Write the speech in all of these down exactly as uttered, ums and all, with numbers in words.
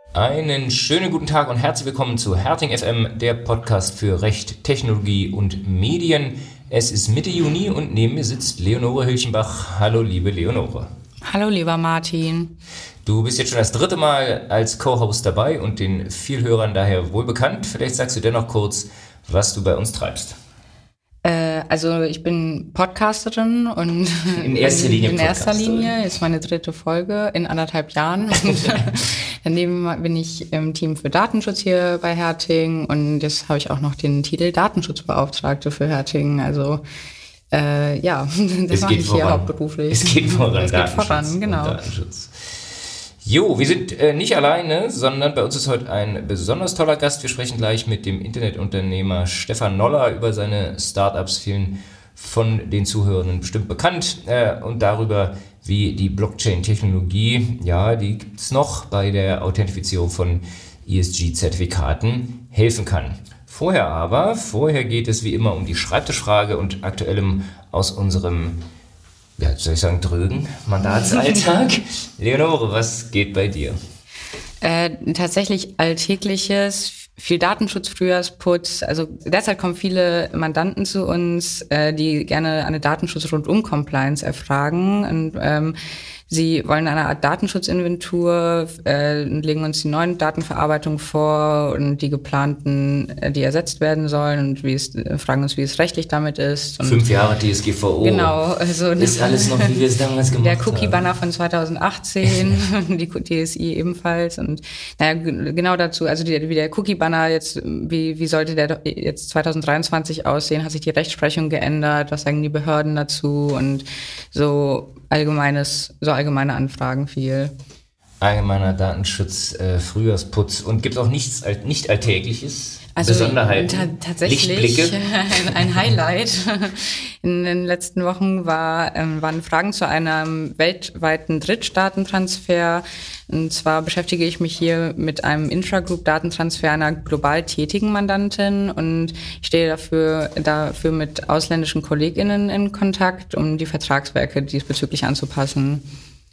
Einen schönen guten Tag und herzlich willkommen zu Herting F M, der Podcast für Recht, Technologie und Medien. Es ist Mitte Juni und neben mir sitzt Leonore Hülchenbach. Hallo, liebe Leonore. Hallo, lieber Martin. Du bist jetzt schon das dritte Mal als Co-Host dabei und den Vielhörern daher wohl bekannt. Vielleicht sagst du dennoch kurz, was du bei uns treibst. Äh, also ich bin Podcasterin und in erster Linie in erster Linie ist meine dritte Folge in anderthalb Jahren. Daneben bin ich im Team für Datenschutz hier bei Herting und jetzt habe ich auch noch den Titel Datenschutzbeauftragte für Herting. Also äh, ja, das mache ich voran. Hier hauptberuflich. Es geht voran, es geht voran, genau. Datenschutz. Jo, wir sind äh, nicht alleine, sondern bei uns ist heute ein besonders toller Gast. Wir sprechen gleich mit dem Internetunternehmer Stefan Noller über seine Startups, vielen von den Zuhörern bestimmt bekannt, äh, und darüber, wie die Blockchain-Technologie, ja, die gibt es noch, bei der Authentifizierung von E S G-Zertifikaten helfen kann. Vorher aber, vorher geht es wie immer um die Schreibtischfrage und Aktuellem aus unserem, ja, soll ich sagen, drögen Mandatsalltag. Leonore, was geht bei dir? Äh, tatsächlich Alltägliches, viel Datenschutz, Frühjahrsputz. Also derzeit kommen viele Mandanten zu uns, äh, die gerne eine Datenschutz-Rundum-Compliance erfragen. Und ähm, sie wollen eine Art Datenschutzinventur äh, und legen uns die neuen Datenverarbeitungen vor und die geplanten, äh, die ersetzt werden sollen und wie es, äh, fragen uns, wie es rechtlich damit ist. Und Fünf Jahre D S G V O. Genau. Also ist alles noch, wie wir es damals gemacht haben. Der Cookie-Banner von zweitausendachtzehn, die D S I ebenfalls. Und naja, genau dazu, also die, wie der Cookie-Banner jetzt, wie, wie sollte der jetzt zweitausenddreiundzwanzig aussehen? Hat sich die Rechtsprechung geändert? Was sagen die Behörden dazu? Und so allgemeines, so allgemeine Anfragen viel. Allgemeiner Datenschutz, äh, Frühjahrsputz. Und gibt es auch nichts nicht Alltägliches? Also Besonderheiten? Ta- tatsächlich Lichtblicke? Ein, ein Highlight in den letzten Wochen war, ähm, waren Fragen zu einem weltweiten Drittstaatentransfer. Und zwar beschäftige ich mich hier mit einem Intragroup-Datentransfer einer global tätigen Mandantin und ich stehe dafür, dafür mit ausländischen KollegInnen in Kontakt, um die Vertragswerke diesbezüglich anzupassen.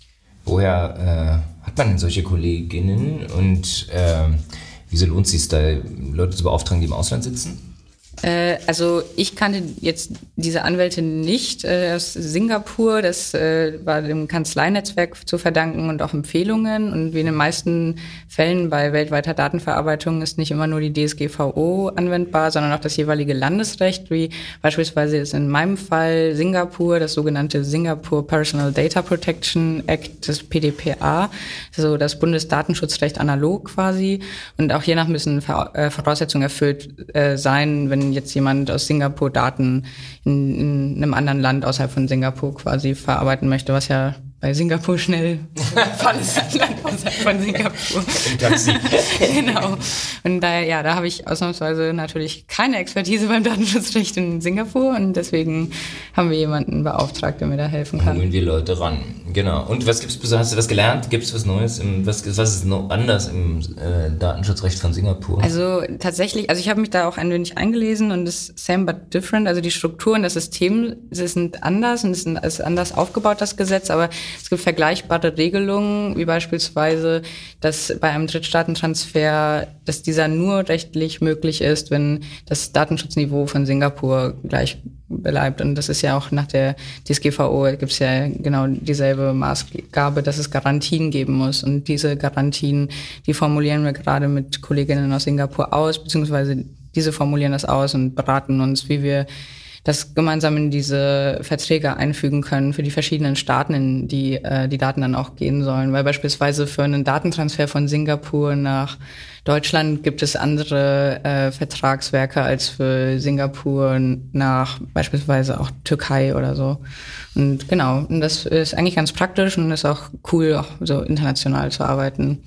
Woher äh, hat man denn solche Kolleginnen und äh, wieso lohnt es sich da, Leute zu beauftragen, die im Ausland sitzen? Äh, also ich kannte jetzt diese Anwältin nicht äh, aus Singapur. Das äh, war dem Kanzleinetzwerk zu verdanken und auch Empfehlungen. Und wie in den meisten Fällen bei weltweiter Datenverarbeitung ist nicht immer nur die D S G V O anwendbar, sondern auch das jeweilige Landesrecht, wie beispielsweise ist in meinem Fall Singapur, das sogenannte Singapore Personal Data Protection Act, das P D P A, also das Bundesdatenschutzrecht analog quasi. Und auch hiernach müssen Voraussetzungen erfüllt äh, sein, wenn jetzt jemand aus Singapur Daten in, in einem anderen Land außerhalb von Singapur quasi verarbeiten möchte, was ja bei Singapur schnell Fall ist, außerhalb von Singapur. Im Taxi. Genau. Und da, ja, da habe ich ausnahmsweise natürlich keine Expertise beim Datenschutzrecht in Singapur und deswegen haben wir jemanden beauftragt, der mir da helfen kann. Holen wir Leute ran. Genau. Und was gibt's, hast du was gelernt? Gibt es was Neues? Im, was, was ist noch anders im äh, Datenschutzrecht von Singapur? Also tatsächlich, also ich habe mich da auch ein wenig eingelesen und das same but different, also die Strukturen, das System, sie sind anders und es ist anders aufgebaut, das Gesetz, aber es gibt vergleichbare Regelungen, wie beispielsweise, dass bei einem Drittstaatentransfer, dass dieser nur rechtlich möglich ist, wenn das Datenschutzniveau von Singapur gleich bleibt. Und das ist ja auch nach der D S G V O gibt es ja genau dieselbe Maßgabe, dass es Garantien geben muss. Und diese Garantien, die formulieren wir gerade mit Kolleginnen aus Singapur aus, beziehungsweise diese formulieren das aus und beraten uns, wie wir das gemeinsam in diese Verträge einfügen können für die verschiedenen Staaten, in die äh, die Daten dann auch gehen sollen. Weil beispielsweise für einen Datentransfer von Singapur nach Deutschland gibt es andere äh, Vertragswerke als für Singapur nach beispielsweise auch Türkei oder so. Und genau, und das ist eigentlich ganz praktisch und ist auch cool, auch so international zu arbeiten.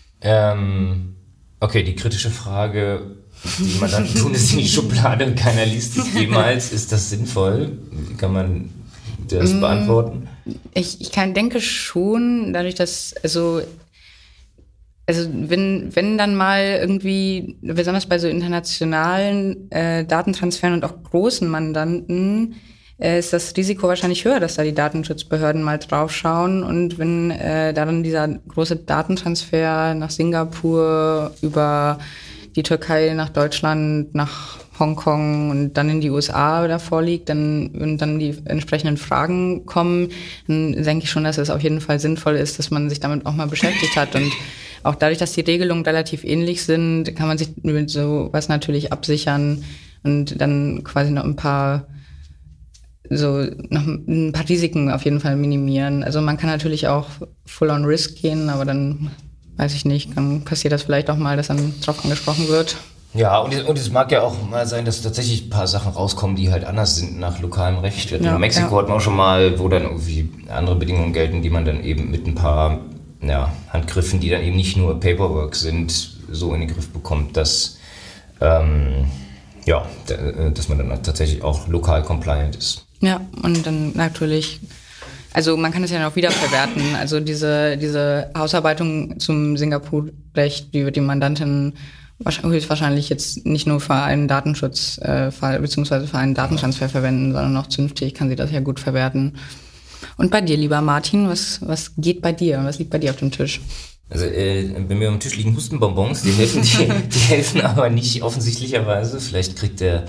Ähm, okay, die kritische Frage, die Mandanten tun es in die Schublade und keiner liest es jemals. Ist das sinnvoll? Kann man das mm, beantworten? Ich, ich kann, denke schon, dadurch, dass, also, also wenn, wenn dann mal irgendwie, besonders bei so internationalen äh, Datentransfern und auch großen Mandanten, äh, ist das Risiko wahrscheinlich höher, dass da die Datenschutzbehörden mal drauf schauen. Und wenn äh, da dann dieser große Datentransfer nach Singapur über die Türkei nach Deutschland, nach Hongkong und dann in die U S A da vorliegt, dann, und dann die entsprechenden Fragen kommen, dann denke ich schon, dass es auf jeden Fall sinnvoll ist, dass man sich damit auch mal beschäftigt hat. Und auch dadurch, dass die Regelungen relativ ähnlich sind, kann man sich mit sowas natürlich absichern und dann quasi noch ein paar so noch ein paar Risiken auf jeden Fall minimieren. Also man kann natürlich auch full on risk gehen, aber dann weiß ich nicht, dann passiert das vielleicht auch mal, dass dann drauf angesprochen wird. Ja, und es, und es mag ja auch mal sein, dass tatsächlich ein paar Sachen rauskommen, die halt anders sind nach lokalem Recht. Ja, in Mexiko ja. hatten wir auch schon mal, wo dann irgendwie andere Bedingungen gelten, die man dann eben mit ein paar ja, Handgriffen, die dann eben nicht nur Paperwork sind, so in den Griff bekommt, dass, ähm, ja, dass man dann tatsächlich auch lokal compliant ist. Ja, und dann natürlich, also man kann es ja dann auch wiederverwerten. Also diese, diese Ausarbeitung zum Singapur-Recht, die wird die Mandantin höchstwahrscheinlich jetzt nicht nur für einen Datenschutzfall äh, beziehungsweise für einen Datentransfer verwenden, sondern auch zünftig kann sie das ja gut verwerten. Und bei dir, lieber Martin, was, was geht bei dir? Was liegt bei dir auf dem Tisch? Also äh, bei mir auf dem Tisch liegen Hustenbonbons, die helfen, die, die helfen aber nicht offensichtlicherweise. Vielleicht kriegt der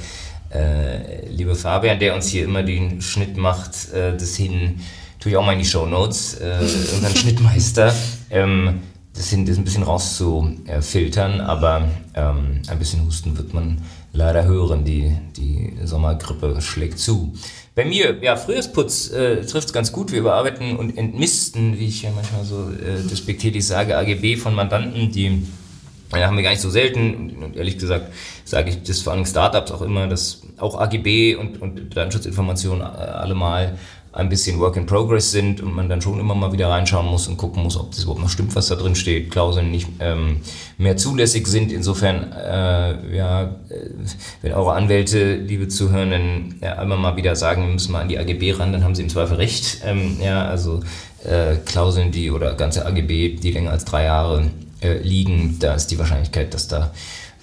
äh, liebe Fabian, der uns hier immer den Schnitt macht, äh, das hin, tue ich auch mal in die Shownotes, äh, unseren Schnittmeister. Ähm, Das sind das ein bisschen rauszufiltern, aber ähm, ein bisschen Husten wird man leider hören. Die, die Sommergrippe schlägt zu. Bei mir, ja, Frühjahrsputz äh, trifft es ganz gut. Wir überarbeiten und entmisten, wie ich ja manchmal so äh, despektierlich sage, A G B von Mandanten, die ja, haben wir gar nicht so selten. Und ehrlich gesagt sage ich das vor allem Startups auch immer, dass auch A G B und, und Datenschutzinformationen allemal ein bisschen Work in Progress sind und man dann schon immer mal wieder reinschauen muss und gucken muss, ob das überhaupt noch stimmt, was da drin steht, Klauseln nicht ähm, mehr zulässig sind. Insofern, äh, ja, äh, wenn eure Anwälte, liebe Zuhörenden, ja, einmal mal wieder sagen, wir müssen mal an die A G B ran, dann haben sie im Zweifel recht. Ähm, ja, also äh, Klauseln, die oder ganze A G B, die länger als drei Jahre äh, liegen, da ist die Wahrscheinlichkeit, dass da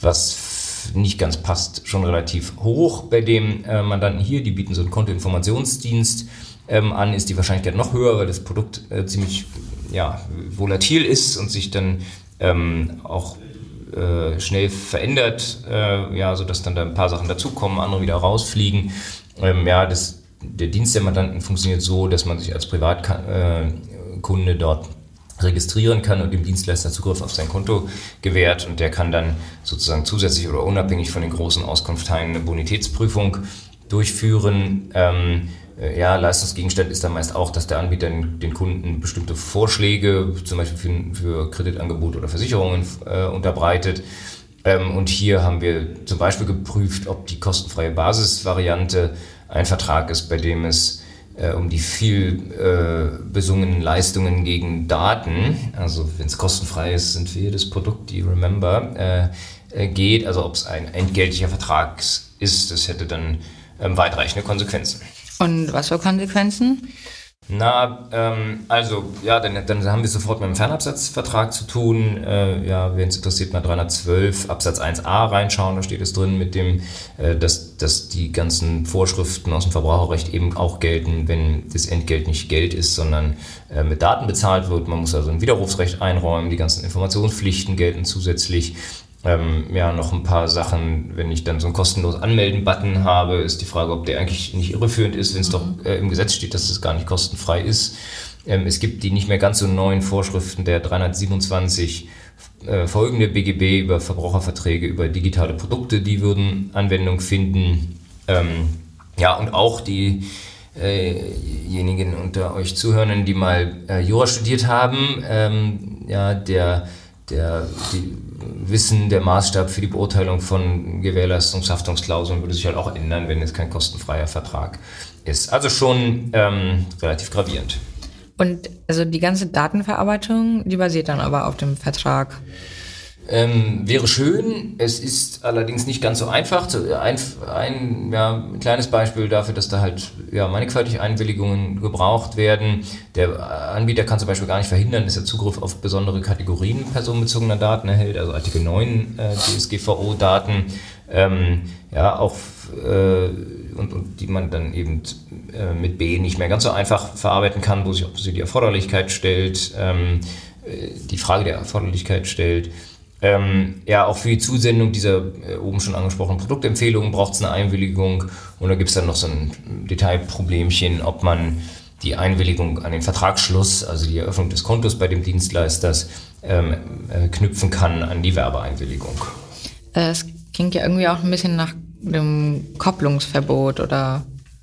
was nicht ganz passt, schon relativ hoch. Bei dem äh, Mandanten hier, die bieten so einen Kontoinformationsdienst ähm, an, ist die Wahrscheinlichkeit noch höher, weil das Produkt äh, ziemlich ja, volatil ist und sich dann ähm, auch äh, schnell verändert, äh, ja, sodass dann da ein paar Sachen dazukommen, andere wieder rausfliegen. Ähm, ja, das, der Dienst der Mandanten funktioniert so, dass man sich als Privatkunde äh, dort registrieren kann und dem Dienstleister Zugriff auf sein Konto gewährt und der kann dann sozusagen zusätzlich oder unabhängig von den großen Auskunftsteilen eine Bonitätsprüfung durchführen. Ähm, ja, Leistungsgegenstand ist dann meist auch, dass der Anbieter den, den Kunden bestimmte Vorschläge, zum Beispiel für, für Kreditangebote oder Versicherungen äh, unterbreitet. Ähm, und hier haben wir zum Beispiel geprüft, ob die kostenfreie Basisvariante ein Vertrag ist, bei dem es äh, um die viel äh, besungenen Leistungen gegen Daten, also wenn es kostenfrei ist, sind wir das Produkt, die Remember, äh, äh, geht, also ob es ein entgeltlicher Vertrag ist, das hätte dann ähm, weitreichende Konsequenzen. Und was für Konsequenzen? Na, ähm, also, ja, dann, dann haben wir sofort mit einem Fernabsatzvertrag zu tun. Äh, ja, wen es interessiert, mal dreihundertzwölf Absatz eins a reinschauen, da steht es drin, mit dem, äh, dass, dass die ganzen Vorschriften aus dem Verbraucherrecht eben auch gelten, wenn das Entgelt nicht Geld ist, sondern äh, mit Daten bezahlt wird. Man muss also ein Widerrufsrecht einräumen, die ganzen Informationspflichten gelten zusätzlich. Ähm, ja, noch ein paar Sachen, wenn ich dann so einen kostenlos Anmelden-Button habe, ist die Frage, ob der eigentlich nicht irreführend ist, wenn es mhm. doch äh, im Gesetz steht, dass es gar nicht kostenfrei ist. Ähm, es gibt die nicht mehr ganz so neuen Vorschriften der dreihundertsiebenundzwanzig äh, folgende B G B über Verbraucherverträge, über digitale Produkte, die würden Anwendung finden. Ähm, ja, und auch die diejenigen unter euch Zuhörenden, die mal äh, Jura studiert haben, ähm, ja, der, der, die Wissen, der Maßstab für die Beurteilung von Gewährleistungshaftungsklauseln würde sich halt auch ändern, wenn es kein kostenfreier Vertrag ist. Also schon ähm, relativ gravierend. Und also die ganze Datenverarbeitung, die basiert dann aber auf dem Vertrag? Ähm, wäre schön, es ist allerdings nicht ganz so einfach. Ein, ein, ja, ein kleines Beispiel dafür, dass da halt ja, mannigfaltig Einwilligungen gebraucht werden. Der Anbieter kann zum Beispiel gar nicht verhindern, dass er Zugriff auf besondere Kategorien personenbezogener Daten erhält, also Artikel neun äh, D S G V O-Daten. Ähm, ja, auch äh, und, und die man dann eben äh, mit B nicht mehr ganz so einfach verarbeiten kann, wo sich auch die Erforderlichkeit stellt, ähm, die Frage der Erforderlichkeit stellt. Ähm, ja, auch für die Zusendung dieser äh, oben schon angesprochenen Produktempfehlungen braucht es eine Einwilligung und da gibt es dann noch so ein Detailproblemchen, ob man die Einwilligung an den Vertragsschluss, also die Eröffnung des Kontos bei dem Dienstleisters, ähm, äh, knüpfen kann an die Werbeeinwilligung. Es klingt ja irgendwie auch ein bisschen nach dem Kopplungsverbot, oder?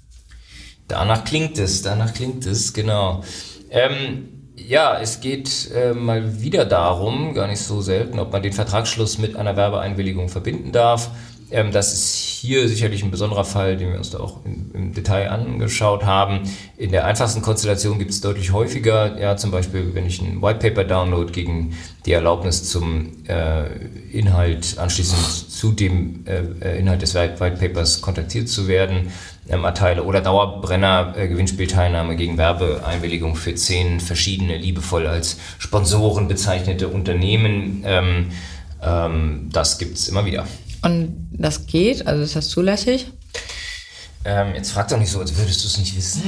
Danach klingt es, danach klingt es, genau. Ähm, Ja, es geht äh, mal wieder darum, gar nicht so selten, ob man den Vertragsschluss mit einer Werbeeinwilligung verbinden darf. Ähm, das ist hier sicherlich ein besonderer Fall, den wir uns da auch in, im Detail angeschaut haben. In der einfachsten Konstellation gibt es deutlich häufiger, ja, zum Beispiel, wenn ich ein White Paper download gegen die Erlaubnis zum äh, Inhalt, anschließend zu dem äh, Inhalt des White Papers kontaktiert zu werden, ähm, erteile, oder Dauerbrenner, äh, Gewinnspielteilnahme gegen Werbeeinwilligung für zehn verschiedene, liebevoll als Sponsoren bezeichnete Unternehmen. Ähm, ähm, das gibt es immer wieder. Und das geht? Also ist das zulässig? Ähm, jetzt frag doch nicht so, als würdest du es nicht wissen.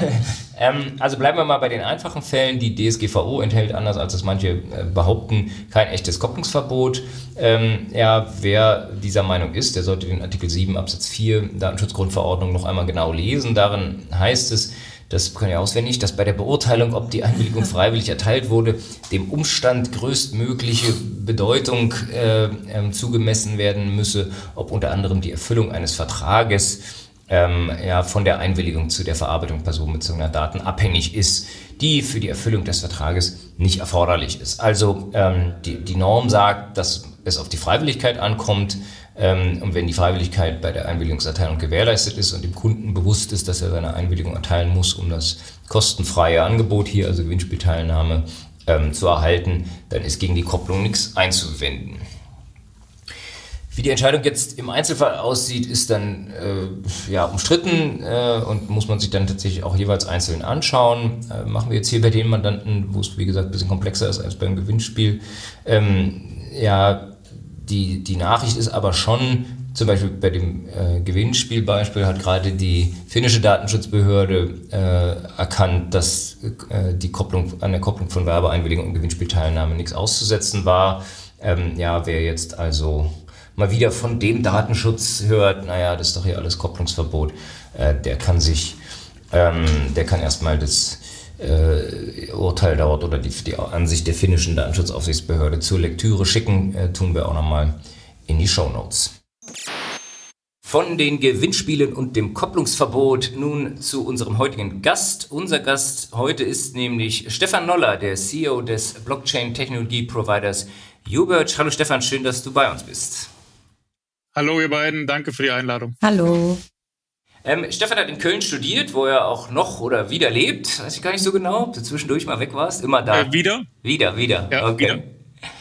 ähm, also bleiben wir mal bei den einfachen Fällen. Die D S G V O enthält, anders als es manche äh, behaupten, kein echtes Kopplungsverbot. Ähm, ja, wer dieser Meinung ist, der sollte den Artikel sieben Absatz vier Datenschutzgrundverordnung noch einmal genau lesen. Darin heißt es, das kann ja auswendig, dass bei der Beurteilung, ob die Einwilligung freiwillig erteilt wurde, dem Umstand größtmögliche Bedeutung äh, äh, zugemessen werden müsse, ob unter anderem die Erfüllung eines Vertrages ähm, ja, von der Einwilligung zu der Verarbeitung personenbezogener Daten abhängig ist, die für die Erfüllung des Vertrages nicht erforderlich ist. Also ähm, die, die Norm sagt, dass es auf die Freiwilligkeit ankommt. Und wenn die Freiwilligkeit bei der Einwilligungserteilung gewährleistet ist und dem Kunden bewusst ist, dass er seine Einwilligung erteilen muss, um das kostenfreie Angebot hier, also Gewinnspielteilnahme, ähm, zu erhalten, dann ist gegen die Kopplung nichts einzuwenden. Wie die Entscheidung jetzt im Einzelfall aussieht, ist dann äh, ja, umstritten äh, und muss man sich dann tatsächlich auch jeweils einzeln anschauen. Äh, machen wir jetzt hier bei den Mandanten, wo es wie gesagt ein bisschen komplexer ist als beim Gewinnspiel. Ähm, ja, Die, die Nachricht ist aber schon, zum Beispiel bei dem äh, Gewinnspielbeispiel hat gerade die finnische Datenschutzbehörde äh, erkannt, dass äh, die Kopplung, an der Kopplung von Werbeeinwilligung und Gewinnspielteilnahme nichts auszusetzen war. Ähm, ja, wer jetzt also mal wieder von dem Datenschutz hört, naja, das ist doch hier alles Kopplungsverbot, äh, der kann sich, ähm, der kann erstmal das Äh, Urteil dort oder die, die Ansicht der finnischen Datenschutzaufsichtsbehörde zur Lektüre schicken, äh, tun wir auch nochmal in die Shownotes. Von den Gewinnspielen und dem Kopplungsverbot nun zu unserem heutigen Gast. Unser Gast heute ist nämlich Stefan Noller, der C E O des Blockchain-Technologie-Providers YouBirch. Hallo Stefan, schön, dass du bei uns bist. Hallo ihr beiden, danke für die Einladung. Hallo. Ähm, Stefan hat in Köln studiert, wo er auch noch oder wieder lebt. Weiß ich gar nicht so genau, ob du zwischendurch mal weg warst. Immer da. Äh, wieder? Wieder, wieder. Ja, okay. wieder.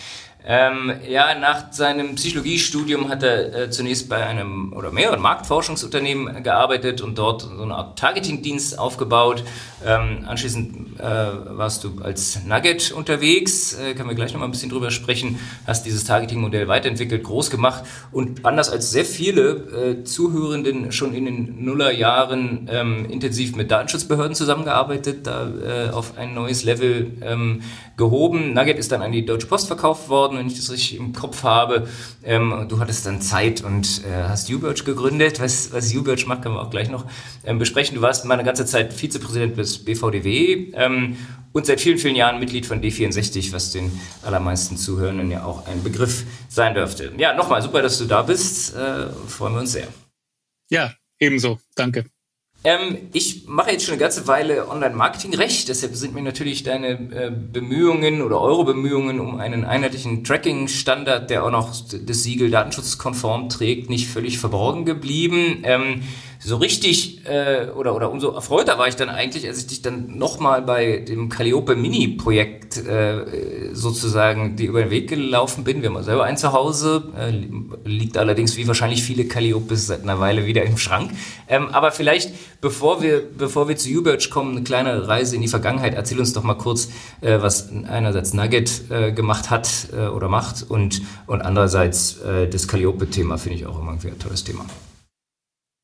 Ähm, ja, nach seinem Psychologiestudium hat er äh, zunächst bei einem oder mehreren Marktforschungsunternehmen gearbeitet und dort so eine Art Targeting-Dienst aufgebaut. Ähm, anschließend äh, warst du als Nugget unterwegs, äh, können wir gleich noch mal ein bisschen drüber sprechen, hast dieses Targeting-Modell weiterentwickelt, groß gemacht und anders als sehr viele äh, Zuhörenden schon in den Nullerjahren ähm, intensiv mit Datenschutzbehörden zusammengearbeitet, da äh, auf ein neues Level ähm, gehoben. Nugget ist dann an die Deutsche Post verkauft worden, wenn ich das richtig im Kopf habe. Ähm, du hattest dann Zeit und äh, hast YouBirch gegründet. Was, was YouBirch macht, können wir auch gleich noch ähm, besprechen. Du warst mal eine ganze Zeit Vizepräsident des B V D W ähm, und seit vielen, vielen Jahren Mitglied von D vierundsechzig, was den allermeisten Zuhörenden ja auch ein Begriff sein dürfte. Ja, nochmal, super, dass du da bist. Äh, freuen wir uns sehr. Ja, ebenso. Danke. Ähm, ich mache jetzt schon eine ganze Weile Online-Marketing-Recht, deshalb sind mir natürlich deine äh, Bemühungen oder eure Bemühungen um einen einheitlichen Tracking-Standard, der auch noch das Siegel datenschutzkonform trägt, nicht völlig verborgen geblieben. Ähm, so richtig äh, oder oder umso erfreuter war ich dann eigentlich, als ich dich dann nochmal bei dem Calliope Mini-Projekt äh, sozusagen dir über den Weg gelaufen bin. Wir haben selber ein Zuhause, äh, liegt allerdings wie wahrscheinlich viele Calliopes seit einer Weile wieder im Schrank. Ähm, aber vielleicht, bevor wir bevor wir zu YouBirch kommen, eine kleine Reise in die Vergangenheit. Erzähl uns doch mal kurz, äh, was einerseits Nugget äh, gemacht hat äh, oder macht und und andererseits äh, das Calliope-Thema finde ich auch immer irgendwie ein tolles Thema.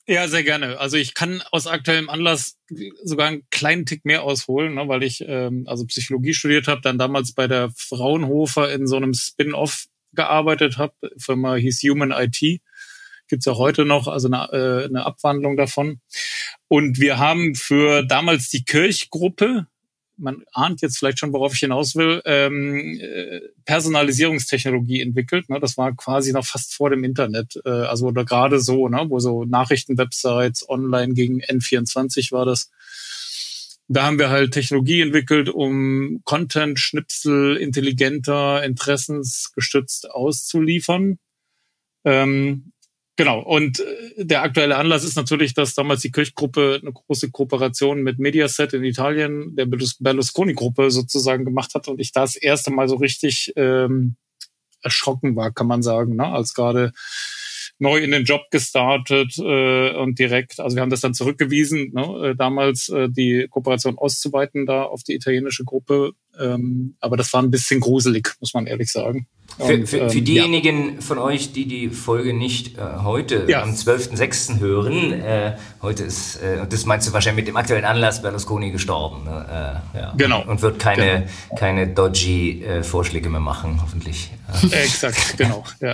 Ja, sehr gerne. Also ich kann aus aktuellem Anlass sogar einen kleinen Tick mehr ausholen, ne, weil ich ähm, also Psychologie studiert habe, dann damals bei der Fraunhofer in so einem Spin-off gearbeitet habe. Die Firma hieß Human I T. Gibt's auch heute noch, also eine, äh, eine Abwandlung davon. Und wir haben für damals die Kirchgruppe, man ahnt jetzt vielleicht schon, worauf ich hinaus will, ähm, Personalisierungstechnologie entwickelt. Ne? Das war quasi noch fast vor dem Internet. Äh, also oder gerade so, ne? Wo so Nachrichtenwebsites online gegen N vierundzwanzig war das. Da haben wir halt Technologie entwickelt, um Content-Schnipsel intelligenter, interessensgestützt auszuliefern. Ähm, Genau, und der aktuelle Anlass ist natürlich, dass damals die Kirchgruppe eine große Kooperation mit Mediaset in Italien, der Berlusconi-Gruppe sozusagen gemacht hat und ich da das erste Mal so richtig ähm, erschrocken war, kann man sagen, ne? Als gerade neu in den Job gestartet äh, und direkt, also wir haben das dann zurückgewiesen, ne? äh, damals äh, die Kooperation auszuweiten da auf die italienische Gruppe, ähm, aber das war ein bisschen gruselig, muss man ehrlich sagen. Für, und, für, ähm, für diejenigen ja. von euch, die die Folge nicht äh, heute ja. am zwölften sechsten hören, äh, heute ist, äh, das meinst du wahrscheinlich mit dem aktuellen Anlass, Berlusconi gestorben. Ne? Äh, ja. Genau. Und, und wird keine, genau. keine dodgy äh, Vorschläge mehr machen, hoffentlich. Exakt, genau, ja.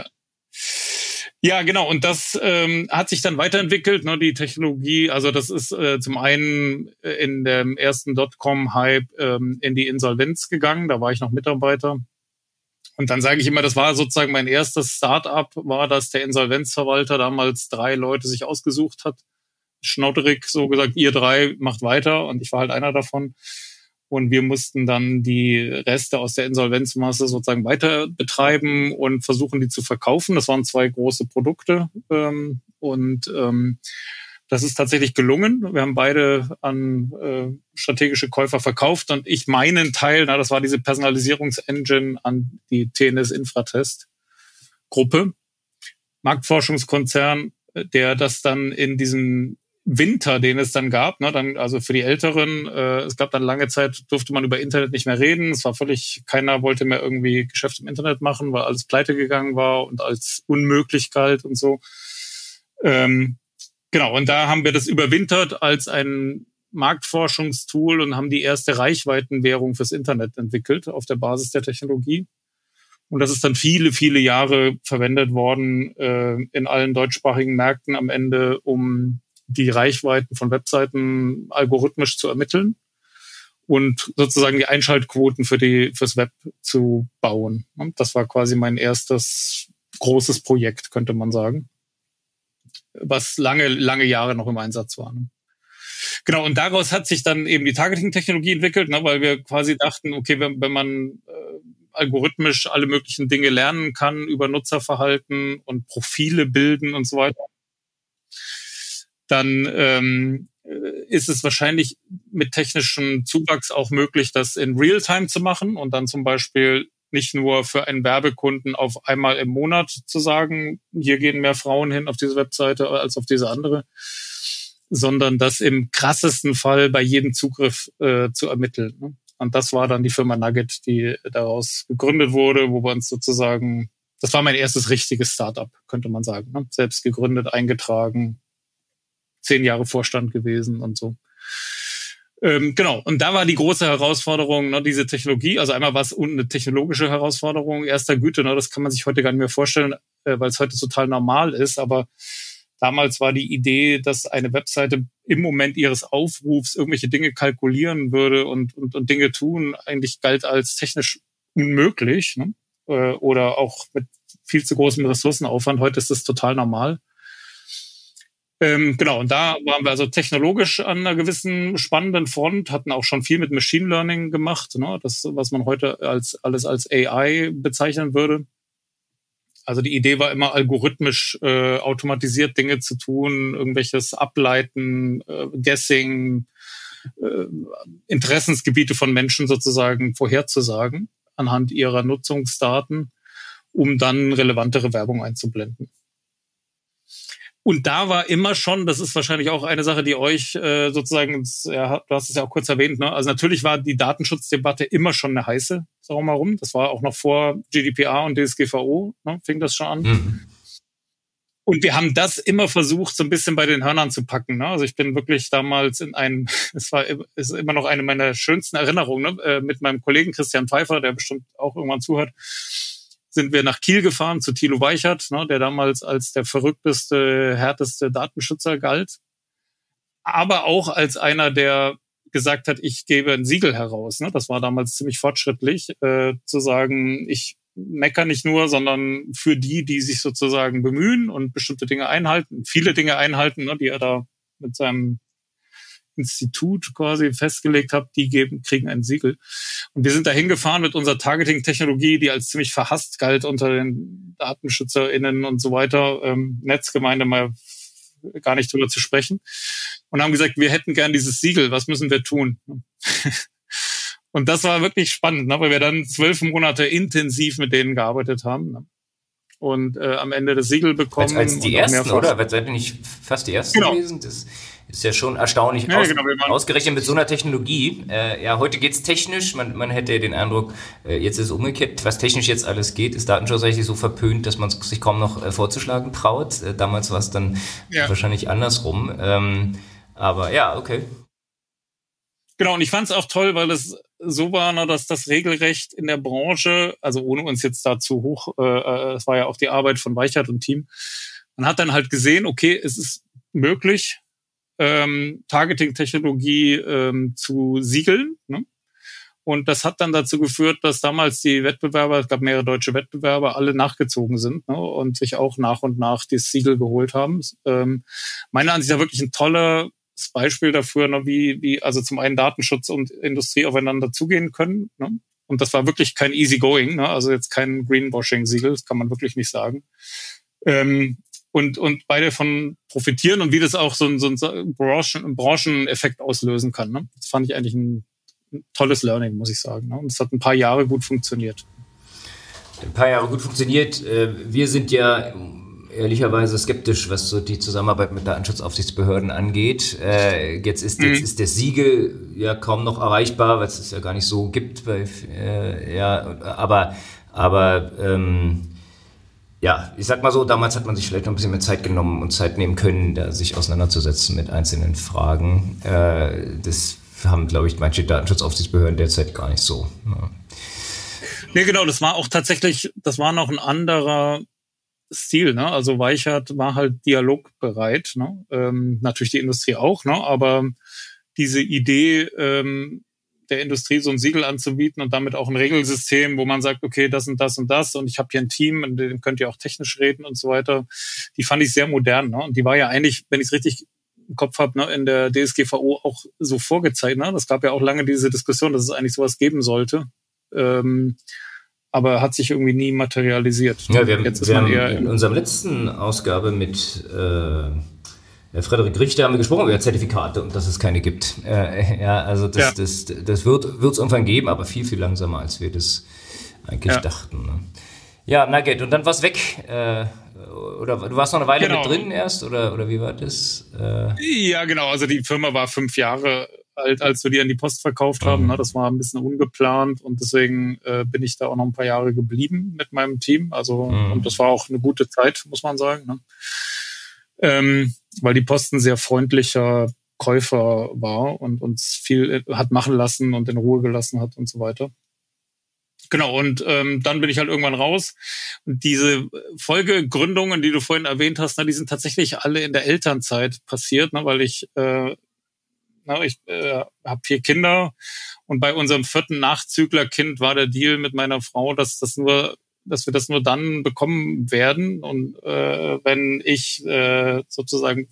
Ja, genau. Und das ähm, hat sich dann weiterentwickelt, ne, die Technologie. Also das ist äh, zum einen in dem ersten Dotcom-Hype ähm, in die Insolvenz gegangen. Da war ich noch Mitarbeiter. Und dann sage ich immer, das war sozusagen mein erstes Start-up, war, dass der Insolvenzverwalter damals drei Leute sich ausgesucht hat. Schnodderig so gesagt, ihr drei macht weiter. Und ich war halt einer davon. Und wir mussten dann die Reste aus der Insolvenzmasse sozusagen weiter betreiben und versuchen, die zu verkaufen. Das waren zwei große Produkte. Ähm, und ähm, das ist tatsächlich gelungen. Wir haben beide an äh, strategische Käufer verkauft und ich meinen Teil, na, das war diese Personalisierungsengine, an die T N S Infratest Gruppe, Marktforschungskonzern, der das dann in diesem Winter, den es dann gab, ne, dann also für die Älteren, äh, es gab dann lange Zeit, durfte man über Internet nicht mehr reden. Es war völlig, keiner wollte mehr irgendwie Geschäft im Internet machen, weil alles pleite gegangen war und als unmöglich galt und so. Ähm, genau, und da haben wir das überwintert als ein Marktforschungstool und haben die erste Reichweitenwährung fürs Internet entwickelt auf der Basis der Technologie. Und das ist dann viele, viele Jahre verwendet worden äh, in allen deutschsprachigen Märkten am Ende, um die Reichweiten von Webseiten algorithmisch zu ermitteln und sozusagen die Einschaltquoten für die fürs Web zu bauen. Das war quasi mein erstes großes Projekt, könnte man sagen, was lange, lange Jahre noch im Einsatz war. Genau, und daraus hat sich dann eben die Targeting-Technologie entwickelt, ne, weil wir quasi dachten, okay, wenn, wenn man äh, algorithmisch alle möglichen Dinge lernen kann über Nutzerverhalten und Profile bilden und so weiter, dann ähm, ist es wahrscheinlich mit technischem Zuwachs auch möglich, das in Realtime zu machen und dann zum Beispiel nicht nur für einen Werbekunden auf einmal im Monat zu sagen, hier gehen mehr Frauen hin auf diese Webseite als auf diese andere, sondern das im krassesten Fall bei jedem Zugriff äh, zu ermitteln. Ne? Und das war dann die Firma Nugget, die daraus gegründet wurde, wo wir uns sozusagen, das war mein erstes richtiges Startup, könnte man sagen, ne? Selbst gegründet, eingetragen, zehn Jahre Vorstand gewesen und so. Ähm, genau, und da war die große Herausforderung, ne, diese Technologie, also einmal war es eine technologische Herausforderung erster Güte, ne, das kann man sich heute gar nicht mehr vorstellen, äh, weil es heute total normal ist, aber damals war die Idee, dass eine Webseite im Moment ihres Aufrufs irgendwelche Dinge kalkulieren würde und, und, und Dinge tun, eigentlich galt als technisch unmöglich, ne, äh, oder auch mit viel zu großem Ressourcenaufwand. Heute ist das total normal. Ähm, genau, und da waren wir also technologisch an einer gewissen spannenden Front, hatten auch schon viel mit Machine Learning gemacht, ne? Das, was man heute als alles als A I bezeichnen würde. Also die Idee war immer, algorithmisch äh, automatisiert Dinge zu tun, irgendwelches Ableiten, äh, Guessing, äh, Interessensgebiete von Menschen sozusagen vorherzusagen anhand ihrer Nutzungsdaten, um dann relevantere Werbung einzublenden. Und da war immer schon, das ist wahrscheinlich auch eine Sache, die euch äh, sozusagen, ja, du hast es ja auch kurz erwähnt, ne? Also natürlich war die Datenschutzdebatte immer schon eine heiße, sagen wir mal rum. Das war auch noch vor G D P R und D S G V O, ne? Fing das schon an. Mhm. Und wir haben das immer versucht, so ein bisschen bei den Hörnern zu packen. Ne? Also ich bin wirklich damals in einem, es war ist immer noch eine meiner schönsten Erinnerungen, ne? Mit meinem Kollegen Christian Pfeiffer, der bestimmt auch irgendwann zuhört, sind wir nach Kiel gefahren zu Thilo Weichert, ne? Der damals als der verrückteste, härteste Datenschützer galt. Aber auch als einer, der gesagt hat, ich gebe ein Siegel heraus. Ne? Das war damals ziemlich fortschrittlich, äh, zu sagen, ich mecker nicht nur, sondern für die, die sich sozusagen bemühen und bestimmte Dinge einhalten, viele Dinge einhalten, ne, die er da mit seinem Institut quasi festgelegt hat, die geben, kriegen ein Siegel. Und wir sind da hingefahren mit unserer Targeting-Technologie, die als ziemlich verhasst galt unter den DatenschützerInnen und so weiter, ähm, Netzgemeinde mal gar nicht drüber zu sprechen. Und haben gesagt, wir hätten gern dieses Siegel, was müssen wir tun? Und das war wirklich spannend, ne, weil wir dann zwölf Monate intensiv mit denen gearbeitet haben, ne, und äh, am Ende das Siegel bekommen. Als, als die ersten, oder? Seid ihr nicht fast die ersten genau. gewesen? Das ist ja schon erstaunlich. Ja, Aus, genau, ausgerechnet mit so einer Technologie. Äh, ja, heute geht's technisch. Man, man hätte ja den Eindruck, äh, jetzt ist es umgekehrt. Was technisch jetzt alles geht, ist Datenschutz eigentlich so verpönt, dass man sich kaum noch äh, vorzuschlagen traut. Äh, damals war es dann ja. wahrscheinlich andersrum. Ähm, aber ja, okay. Genau, und ich fand es auch toll, weil es so war, ne, dass das Regelrecht in der Branche, also ohne uns jetzt da zu hoch, äh, es war ja auch die Arbeit von Weichert und Team, man hat dann halt gesehen, okay, es ist möglich, ähm, Targeting-Technologie ähm, zu siegeln, ne? Und das hat dann dazu geführt, dass damals die Wettbewerber, es gab mehrere deutsche Wettbewerber, alle nachgezogen sind, ne, und sich auch nach und nach das Siegel geholt haben. Ähm, meiner Ansicht nach wirklich ein toller Beispiel dafür, ne, wie, wie also zum einen Datenschutz und Industrie aufeinander zugehen können. Ne? Und das war wirklich kein easy going, ne? Also jetzt kein Greenwashing-Siegel, das kann man wirklich nicht sagen. Ähm, und, und beide von profitieren und wie das auch so ein, so ein Branchen, Brancheneffekt auslösen kann. Ne? Das fand ich eigentlich ein, ein tolles Learning, muss ich sagen. Ne? Und es hat ein paar Jahre gut funktioniert. Ein paar Jahre gut funktioniert. Wir sind ja ehrlicherweise skeptisch, was so die Zusammenarbeit mit Datenschutzaufsichtsbehörden angeht. Äh, jetzt ist jetzt mhm. ist das Siegel ja kaum noch erreichbar, weil es es ja gar nicht so gibt. Bei, äh, ja, aber aber ähm, ja, ich sag mal so, damals hat man sich vielleicht noch ein bisschen mehr Zeit genommen und Zeit nehmen können, da sich auseinanderzusetzen mit einzelnen Fragen. Äh, das haben, glaube ich, manche Datenschutzaufsichtsbehörden derzeit gar nicht so. Ja. Nee, genau, das war auch tatsächlich, das war noch ein anderer Stil, ne? Also Weichert war halt dialogbereit, ne? Ähm, natürlich die Industrie auch, ne? Aber diese Idee ähm, der Industrie so ein Siegel anzubieten und damit auch ein Regelsystem, wo man sagt, okay, das und das und das und ich habe hier ein Team, in dem könnt ihr auch technisch reden und so weiter, die fand ich sehr modern, ne? Und die war ja eigentlich, wenn ich es richtig im Kopf habe, ne, in der D S G V O auch so vorgezeigt, ne? Das gab ja auch lange diese Diskussion, dass es eigentlich sowas geben sollte. Ähm, aber hat sich irgendwie nie materialisiert. Ja, wir haben, Jetzt ist wir man eher haben in unserem letzten Ausgabe mit äh, Frederik Richter haben wir gesprochen über Zertifikate und dass es keine gibt. Äh, ja, also das, ja. das, das wird es irgendwann geben, aber viel, viel langsamer, als wir das eigentlich ja. dachten. Ne? Ja, Nugget, und dann war's weg. Äh, oder du warst noch eine Weile genau. mit drin erst, oder, oder wie war das? Äh, ja, genau. Also die Firma war fünf Jahre alt, als wir die an die Post verkauft haben. Mhm. Ne? Das war ein bisschen ungeplant und deswegen äh, bin ich da auch noch ein paar Jahre geblieben mit meinem Team. Also mhm. und das war auch eine gute Zeit, muss man sagen. Ne? Ähm, weil die Post ein sehr freundlicher Käufer war und uns viel hat machen lassen und in Ruhe gelassen hat und so weiter. Genau, und ähm, dann bin ich halt irgendwann raus. Und diese Folgegründungen, die du vorhin erwähnt hast, ne, die sind tatsächlich alle in der Elternzeit passiert, ne, weil ich, äh, na, ich äh, habe vier Kinder und bei unserem vierten Nachzüglerkind war der Deal mit meiner Frau, dass das nur, dass wir das nur dann bekommen werden und äh, wenn ich äh, sozusagen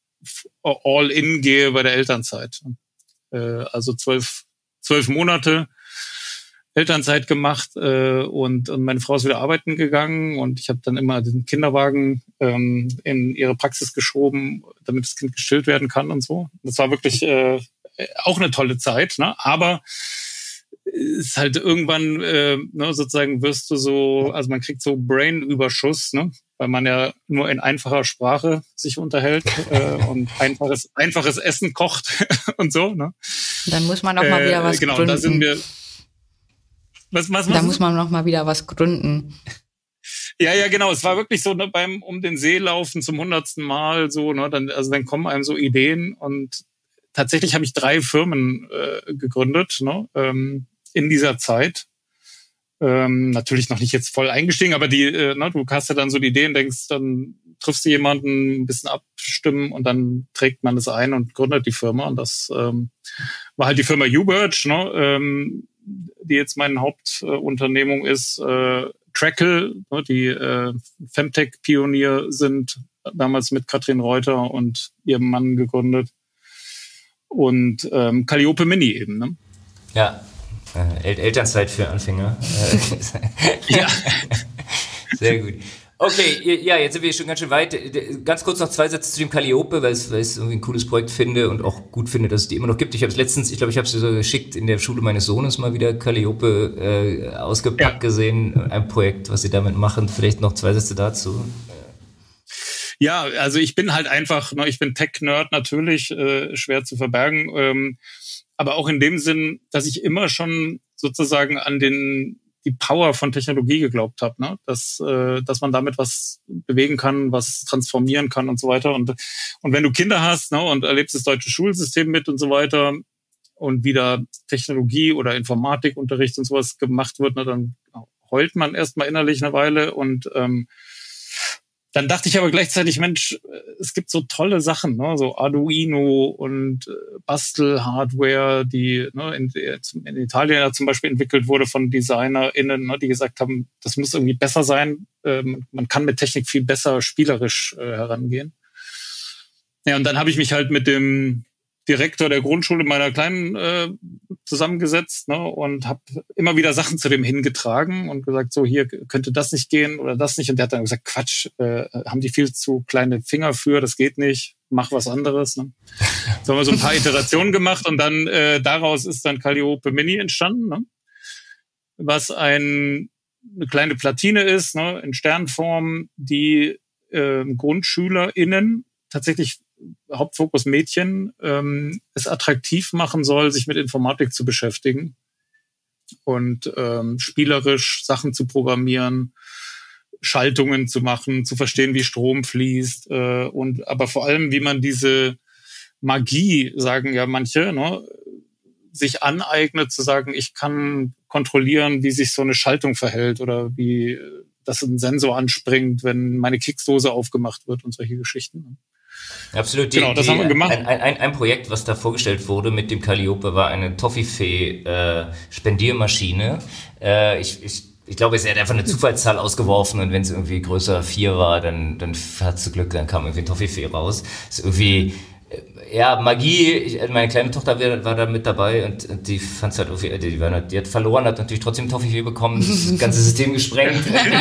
all in gehe bei der Elternzeit. Äh, also zwölf, zwölf Monate Elternzeit gemacht äh, und, und meine Frau ist wieder arbeiten gegangen und ich habe dann immer den Kinderwagen ähm, in ihre Praxis geschoben, damit das Kind gestillt werden kann und so. Das war wirklich äh, auch eine tolle Zeit, ne? Aber ist halt irgendwann äh, ne, sozusagen wirst du so, also man kriegt so Brain-Überschuss, ne? Weil man ja nur in einfacher Sprache sich unterhält äh, und einfaches einfaches Essen kocht und so. Ne? Dann muss man auch mal wieder was äh, genau, gründen. Da sind wir. Was, was, was? Da muss man noch mal wieder was gründen. Ja, ja, genau. Es war wirklich so, ne, beim um den See laufen zum hundertsten Mal so, ne, dann, also dann kommen einem so Ideen und tatsächlich habe ich drei Firmen äh, gegründet, ne, ähm, in dieser Zeit. Ähm, natürlich noch nicht jetzt voll eingestiegen, aber die, äh, ne, du hast ja dann so die Ideen, denkst, dann triffst du jemanden, ein bisschen abstimmen und dann trägt man es ein und gründet die Firma. Und das ähm, war halt die Firma U-Birch, ne, ähm, die jetzt meine Hauptunternehmung äh, ist. Äh, Trackle, ne, die äh, Femtech-Pionier sind, damals mit Katrin Reuter und ihrem Mann gegründet. Und ähm, Calliope Mini eben. Ne? Ja, äh, El- Elternzeit für Anfänger. Ja. Sehr gut. Okay, ja, jetzt sind wir schon ganz schön weit. Ganz kurz noch zwei Sätze zu dem Calliope, weil ich es irgendwie ein cooles Projekt finde und auch gut finde, dass es die immer noch gibt. Ich habe es letztens, ich glaube, ich habe es so geschickt, in der Schule meines Sohnes mal wieder Calliope äh, ausgepackt ja. gesehen. Ein Projekt, was sie damit machen. Vielleicht noch zwei Sätze dazu. Ja, also ich bin halt einfach, ne, ich bin Tech-Nerd natürlich, äh, schwer zu verbergen, ähm, aber auch in dem Sinn, dass ich immer schon sozusagen an den die Power von Technologie geglaubt habe, ne? dass äh, dass man damit was bewegen kann, was transformieren kann und so weiter. Und und wenn du Kinder hast, ne, und erlebst das deutsche Schulsystem mit und so weiter und wieder Technologie oder Informatikunterricht und sowas gemacht wird, ne, dann heult man erstmal innerlich eine Weile und ähm, dann dachte ich aber gleichzeitig, Mensch, es gibt so tolle Sachen, ne, so Arduino und Bastel-Hardware, die ne, in, in Italien ja zum Beispiel entwickelt wurde von DesignerInnen, ne, die gesagt haben, das muss irgendwie besser sein. Ähm, man kann mit Technik viel besser spielerisch äh, herangehen. Ja, und dann habe ich mich halt mit dem Direktor der Grundschule meiner Kleinen äh, zusammengesetzt, ne, und habe immer wieder Sachen zu dem hingetragen und gesagt, so hier könnte das nicht gehen oder das nicht. Und der hat dann gesagt, Quatsch, äh, haben die viel zu kleine Finger für, das geht nicht, mach was anderes. Ne. So haben wir so ein paar Iterationen gemacht und dann äh, daraus ist dann Calliope Mini entstanden, ne, was ein, eine kleine Platine ist, ne, in Sternform, die äh, GrundschülerInnen tatsächlich Hauptfokus Mädchen, ähm, es attraktiv machen soll, sich mit Informatik zu beschäftigen und ähm, spielerisch Sachen zu programmieren, Schaltungen zu machen, zu verstehen, wie Strom fließt äh, und aber vor allem, wie man diese Magie, sagen ja manche, ne, sich aneignet, zu sagen, ich kann kontrollieren, wie sich so eine Schaltung verhält oder wie dass ein Sensor anspringt, wenn meine Keksdose aufgemacht wird und solche Geschichten. Absolut. Die, genau, das die, haben wir gemacht. Ein, ein, ein Projekt, was da vorgestellt wurde mit dem Calliope, war eine Toffifee-Spendiermaschine. Äh, ich, ich, ich glaube, es hat einfach eine Zufallszahl ausgeworfen und wenn es irgendwie größer vier war, dann, dann hat sie Glück, dann kam irgendwie ein Toffifee raus. Das ist irgendwie, ja, Magie. Ich, meine kleine Tochter war, war da mit dabei und, und die fand es halt irgendwie, die, war, die hat verloren, hat natürlich trotzdem Toffifee bekommen, das ganze System gesprengt.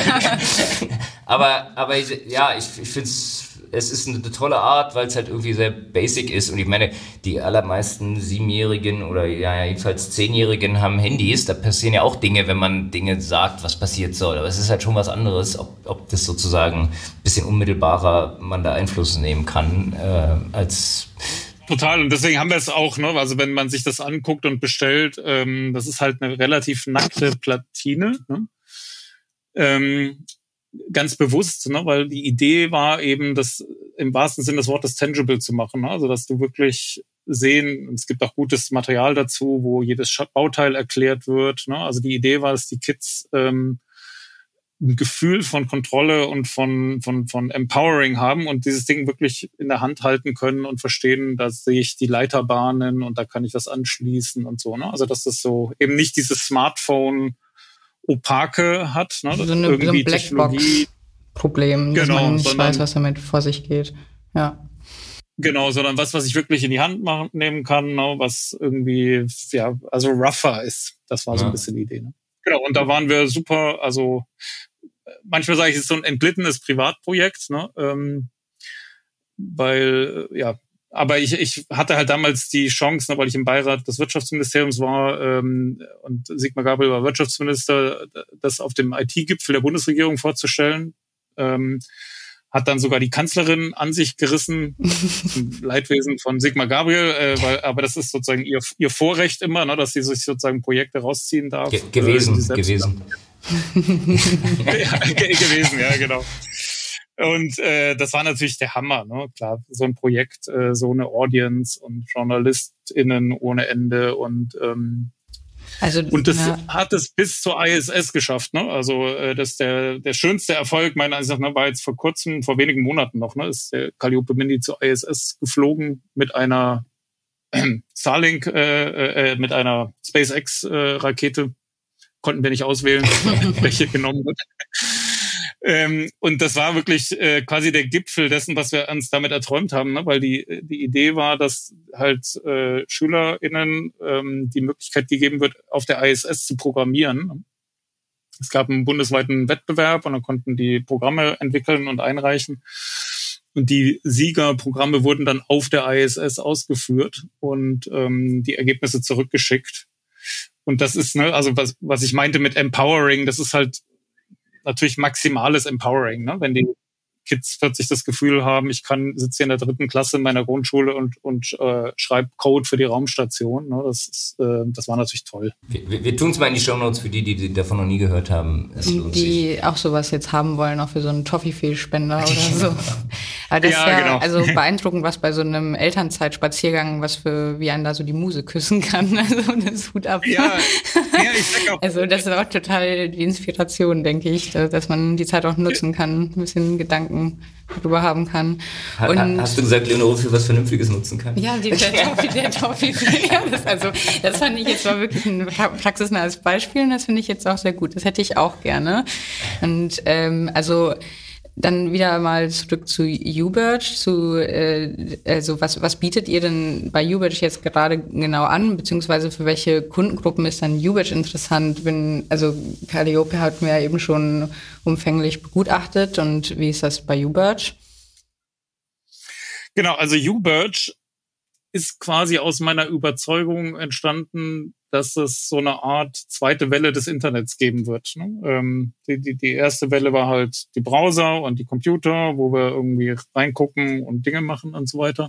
aber, aber ja, ich, ich finde es, es ist eine tolle Art, weil es halt irgendwie sehr basic ist. Und ich meine, die allermeisten Siebenjährigen oder ja jedenfalls Zehnjährigen haben Handys. Da passieren ja auch Dinge, wenn man Dinge sagt, was passiert soll. Aber es ist halt schon was anderes, ob, ob das sozusagen ein bisschen unmittelbarer man da Einfluss nehmen kann, äh, als... Total. Und deswegen haben wir es auch, ne? Also wenn man sich das anguckt und bestellt, ähm, das ist halt eine relativ nackte Platine, ne? Ähm, ganz bewusst, ne, weil die Idee war eben, das im wahrsten Sinne des Wortes tangible zu machen, ne? Also dass du wirklich sehen, es gibt auch gutes Material dazu, wo jedes Bauteil erklärt wird, ne? Also die Idee war, dass die Kids ähm, ein Gefühl von Kontrolle und von von von Empowering haben und dieses Ding wirklich in der Hand halten können und verstehen, da sehe ich die Leiterbahnen und da kann ich was anschließen und so, ne? Also dass das so eben nicht dieses Smartphone opake hat, ne? So eine, irgendwie so ein Blackbox-Problem, dass genau, man nicht sondern, weiß, was damit vor sich geht. Ja. Genau, sondern was, was ich wirklich in die Hand machen, nehmen kann, ne? Was irgendwie, ja, also rougher ist. Das war ja so ein bisschen die Idee. Ne? Genau, und da waren wir super, also manchmal sage ich, es ist so ein entglittenes Privatprojekt, ne? Ähm, weil, ja, aber ich, ich hatte halt damals die Chance, ne, weil ich im Beirat des Wirtschaftsministeriums war ähm, und Sigmar Gabriel war Wirtschaftsminister, das auf dem I T-Gipfel der Bundesregierung vorzustellen. Ähm, hat dann sogar die Kanzlerin an sich gerissen, zum Leidwesen von Sigmar Gabriel, äh, weil, aber das ist sozusagen ihr, ihr Vorrecht immer, ne, dass sie sich sozusagen Projekte rausziehen darf. Ge- gewesen, äh, gewesen. ja, ge- gewesen, ja, genau. Und äh, das war natürlich der Hammer, ne? Klar, so ein Projekt, äh, so eine Audience und JournalistInnen ohne Ende und ähm, also, und das ja. hat es bis zur I S S geschafft, ne? Also äh, das der der schönste Erfolg meiner Ansicht nach, ne, war jetzt vor kurzem, vor wenigen Monaten noch, ne, ist der Calliope Mini zur I S S geflogen mit einer äh, Starlink, äh, äh, mit einer SpaceX äh, Rakete. Konnten wir nicht auswählen, welche genommen wird. Ähm, und das war wirklich äh, quasi der Gipfel dessen, was wir uns damit erträumt haben, ne? Weil die die Idee war, dass halt äh, SchülerInnen ähm, die Möglichkeit gegeben wird, auf der I S S zu programmieren. Es gab einen bundesweiten Wettbewerb und dann konnten die Programme entwickeln und einreichen. Und die Siegerprogramme wurden dann auf der I S S ausgeführt und ähm, die Ergebnisse zurückgeschickt. Und das ist, ne, also was was ich meinte mit Empowering, das ist halt natürlich maximales Empowering, ne? Wenn die Kids plötzlich das Gefühl haben, ich kann sitze hier in der dritten Klasse in meiner Grundschule und und äh, schreibe Code für die Raumstation. Ne? Das ist, äh, das war natürlich toll. Wir, wir tun es mal in die Shownotes für die, die, die davon noch nie gehört haben. Es lohnt die sich. Auch sowas jetzt haben wollen, auch für so einen Toffifee-Spender oder so. Aber das ja, ist ja genau. Also beeindruckend, was bei so einem Elternzeitspaziergang, was für wie einen da so die Muse küssen kann. Also das Hut ab. Ja, ja, ich sag auch. Also das ist auch total die Inspiration, denke ich, dass man die Zeit auch nutzen kann, ein bisschen Gedanken drüber haben kann. Und hast du gesagt, Leonore für was Vernünftiges nutzen kann? Ja, die, der Toffee, der Toffee. Ja, das, also, das fand ich jetzt mal wirklich ein praxisnahes Beispiel und das finde ich jetzt auch sehr gut. Das hätte ich auch gerne. Und ähm, also dann wieder mal zurück zu YouBird, zu äh, also was was bietet ihr denn bei YouBird jetzt gerade genau an, beziehungsweise für welche Kundengruppen ist dann YouBird interessant? Wenn also Calliope hat mir ja eben schon umfänglich begutachtet und wie ist das bei YouBird? Genau, also YouBird ist quasi aus meiner Überzeugung entstanden, dass es so eine Art zweite Welle des Internets geben wird. Ne? Ähm, die, die, die erste Welle war halt die Browser und die Computer, wo wir irgendwie reingucken und Dinge machen und so weiter.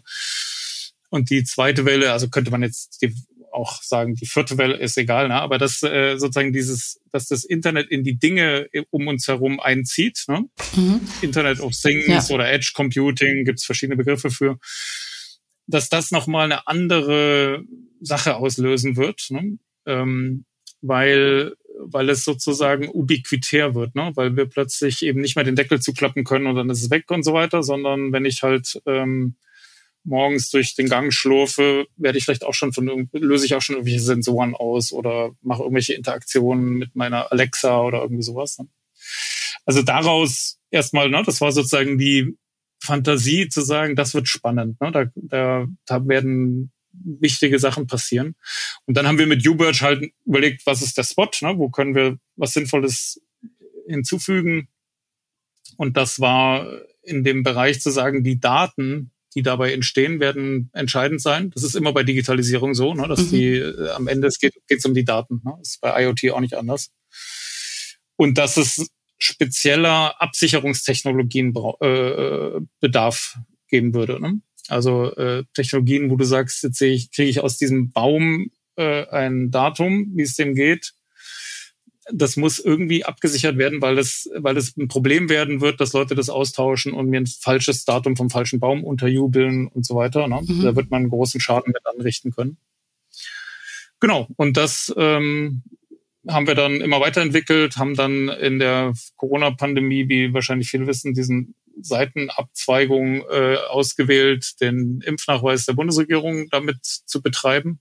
Und die zweite Welle, also könnte man jetzt die, auch sagen, die vierte Welle ist egal, ne? Aber dass äh, sozusagen dieses, dass das Internet in die Dinge um uns herum einzieht. Ne? Mhm. Internet of Things ja. Oder Edge Computing, gibt es verschiedene Begriffe für. Dass das nochmal eine andere Sache auslösen wird, ne? ähm, weil weil es sozusagen ubiquitär wird, ne? Weil wir plötzlich eben nicht mehr den Deckel zuklappen können und dann ist es weg und so weiter, sondern wenn ich halt ähm, morgens durch den Gang schlurfe, werde ich vielleicht auch schon von löse ich auch schon irgendwelche Sensoren aus oder mache irgendwelche Interaktionen mit meiner Alexa oder irgendwie sowas. Ne? Also daraus erstmal, ne, das war sozusagen die Fantasie zu sagen, das wird spannend. Ne? Da, da, da werden wichtige Sachen passieren. Und dann haben wir mit YouBird halt überlegt, was ist der Spot? Ne? Wo können wir was Sinnvolles hinzufügen? Und das war in dem Bereich zu sagen, die Daten, die dabei entstehen, werden entscheidend sein. Das ist immer bei Digitalisierung so, ne? Dass mhm. die äh, am Ende es geht es um die Daten. Ne? Das ist bei IoT auch nicht anders. Und dass es spezieller Absicherungstechnologien äh, Bedarf geben würde. Ne? Also äh, Technologien, wo du sagst, jetzt sehe ich, kriege ich aus diesem Baum äh, ein Datum, wie es dem geht. Das muss irgendwie abgesichert werden, weil es, weil es ein Problem werden wird, dass Leute das austauschen und mir ein falsches Datum vom falschen Baum unterjubeln und so weiter. Ne? Mhm. Da wird man einen großen Schaden mit anrichten können. Genau. Und das ähm, haben wir dann immer weiterentwickelt, haben dann in der Corona-Pandemie, wie wahrscheinlich viele wissen, diesen Seitenabzweigung äh, ausgewählt, den Impfnachweis der Bundesregierung damit zu betreiben.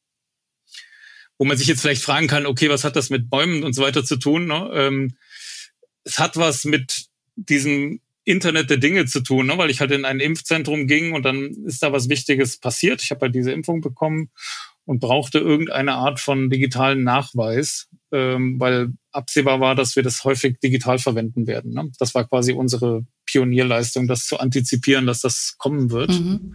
Wo man sich jetzt vielleicht fragen kann, okay, was hat das mit Bäumen und so weiter zu tun? Ne? Ähm, es hat was mit diesem Internet der Dinge zu tun, ne? Weil ich halt in ein Impfzentrum ging und dann ist da was Wichtiges passiert. Ich habe halt diese Impfung bekommen und brauchte irgendeine Art von digitalen Nachweis, ähm, weil absehbar war, dass wir das häufig digital verwenden werden. Ne? Das war quasi unsere Pionierleistung, das zu antizipieren, dass das kommen wird. Mhm.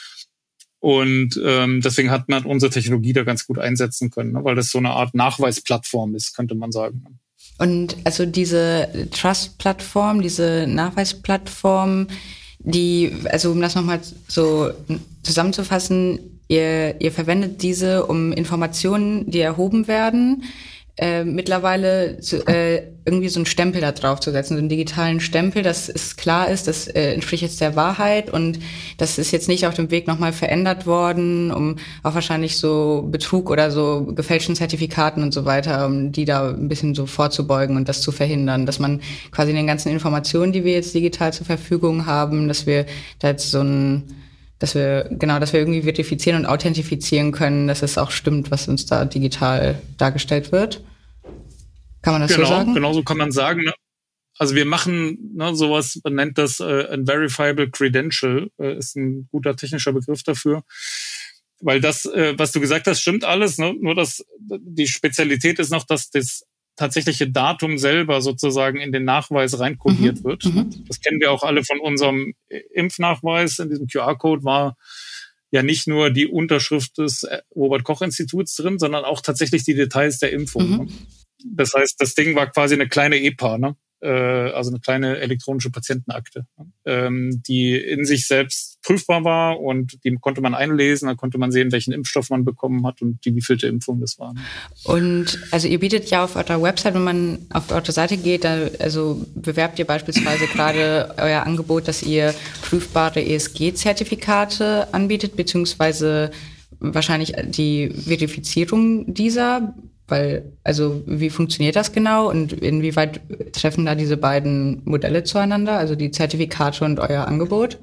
Und ähm, deswegen hat man unsere Technologie da ganz gut einsetzen können, ne? Weil das so eine Art Nachweisplattform ist, könnte man sagen. Und also diese Trust-Plattform, diese Nachweisplattform, die, also um das nochmal so zusammenzufassen, ihr, ihr verwendet diese, um Informationen, die erhoben werden, äh, mittlerweile zu, äh, irgendwie so einen Stempel da drauf zu setzen, so einen digitalen Stempel, dass es klar ist, das äh, entspricht jetzt der Wahrheit und das ist jetzt nicht auf dem Weg nochmal verändert worden, um auch wahrscheinlich so Betrug oder so gefälschten Zertifikaten und so weiter, um die da ein bisschen so vorzubeugen und das zu verhindern, dass man quasi in den ganzen Informationen, die wir jetzt digital zur Verfügung haben, dass wir da jetzt so ein dass wir, genau, dass wir irgendwie verifizieren und authentifizieren können, dass es auch stimmt, was uns da digital dargestellt wird. Kann man das genau, so sagen? Genau, so kann man sagen. Ne? Also wir machen ne, sowas, man nennt das äh, ein Verifiable Credential, äh, ist ein guter technischer Begriff dafür. Weil das, äh, was du gesagt hast, stimmt alles, ne? Nur dass die Spezialität ist noch, dass das tatsächliche Datum selber sozusagen in den Nachweis reinkodiert mhm. wird. Mhm. Das kennen wir auch alle von unserem Impfnachweis. In diesem Q R-Code war ja nicht nur die Unterschrift des Robert-Koch-Instituts drin, sondern auch tatsächlich die Details der Impfung. Mhm. Das heißt, das Ding war quasi eine kleine E P A, ne? Also eine kleine elektronische Patientenakte, ähm, die in sich selbst prüfbar war und die konnte man einlesen, da konnte man sehen, welchen Impfstoff man bekommen hat und die wievielte Impfung das war. Und also ihr bietet ja auf eurer Website, wenn man auf eure Seite geht, da also bewerbt ihr beispielsweise gerade euer Angebot, dass ihr prüfbare E S G-Zertifikate anbietet, beziehungsweise wahrscheinlich die Verifizierung dieser. Weil, also wie funktioniert das genau und inwieweit treffen da diese beiden Modelle zueinander, also die Zertifikate und euer Angebot?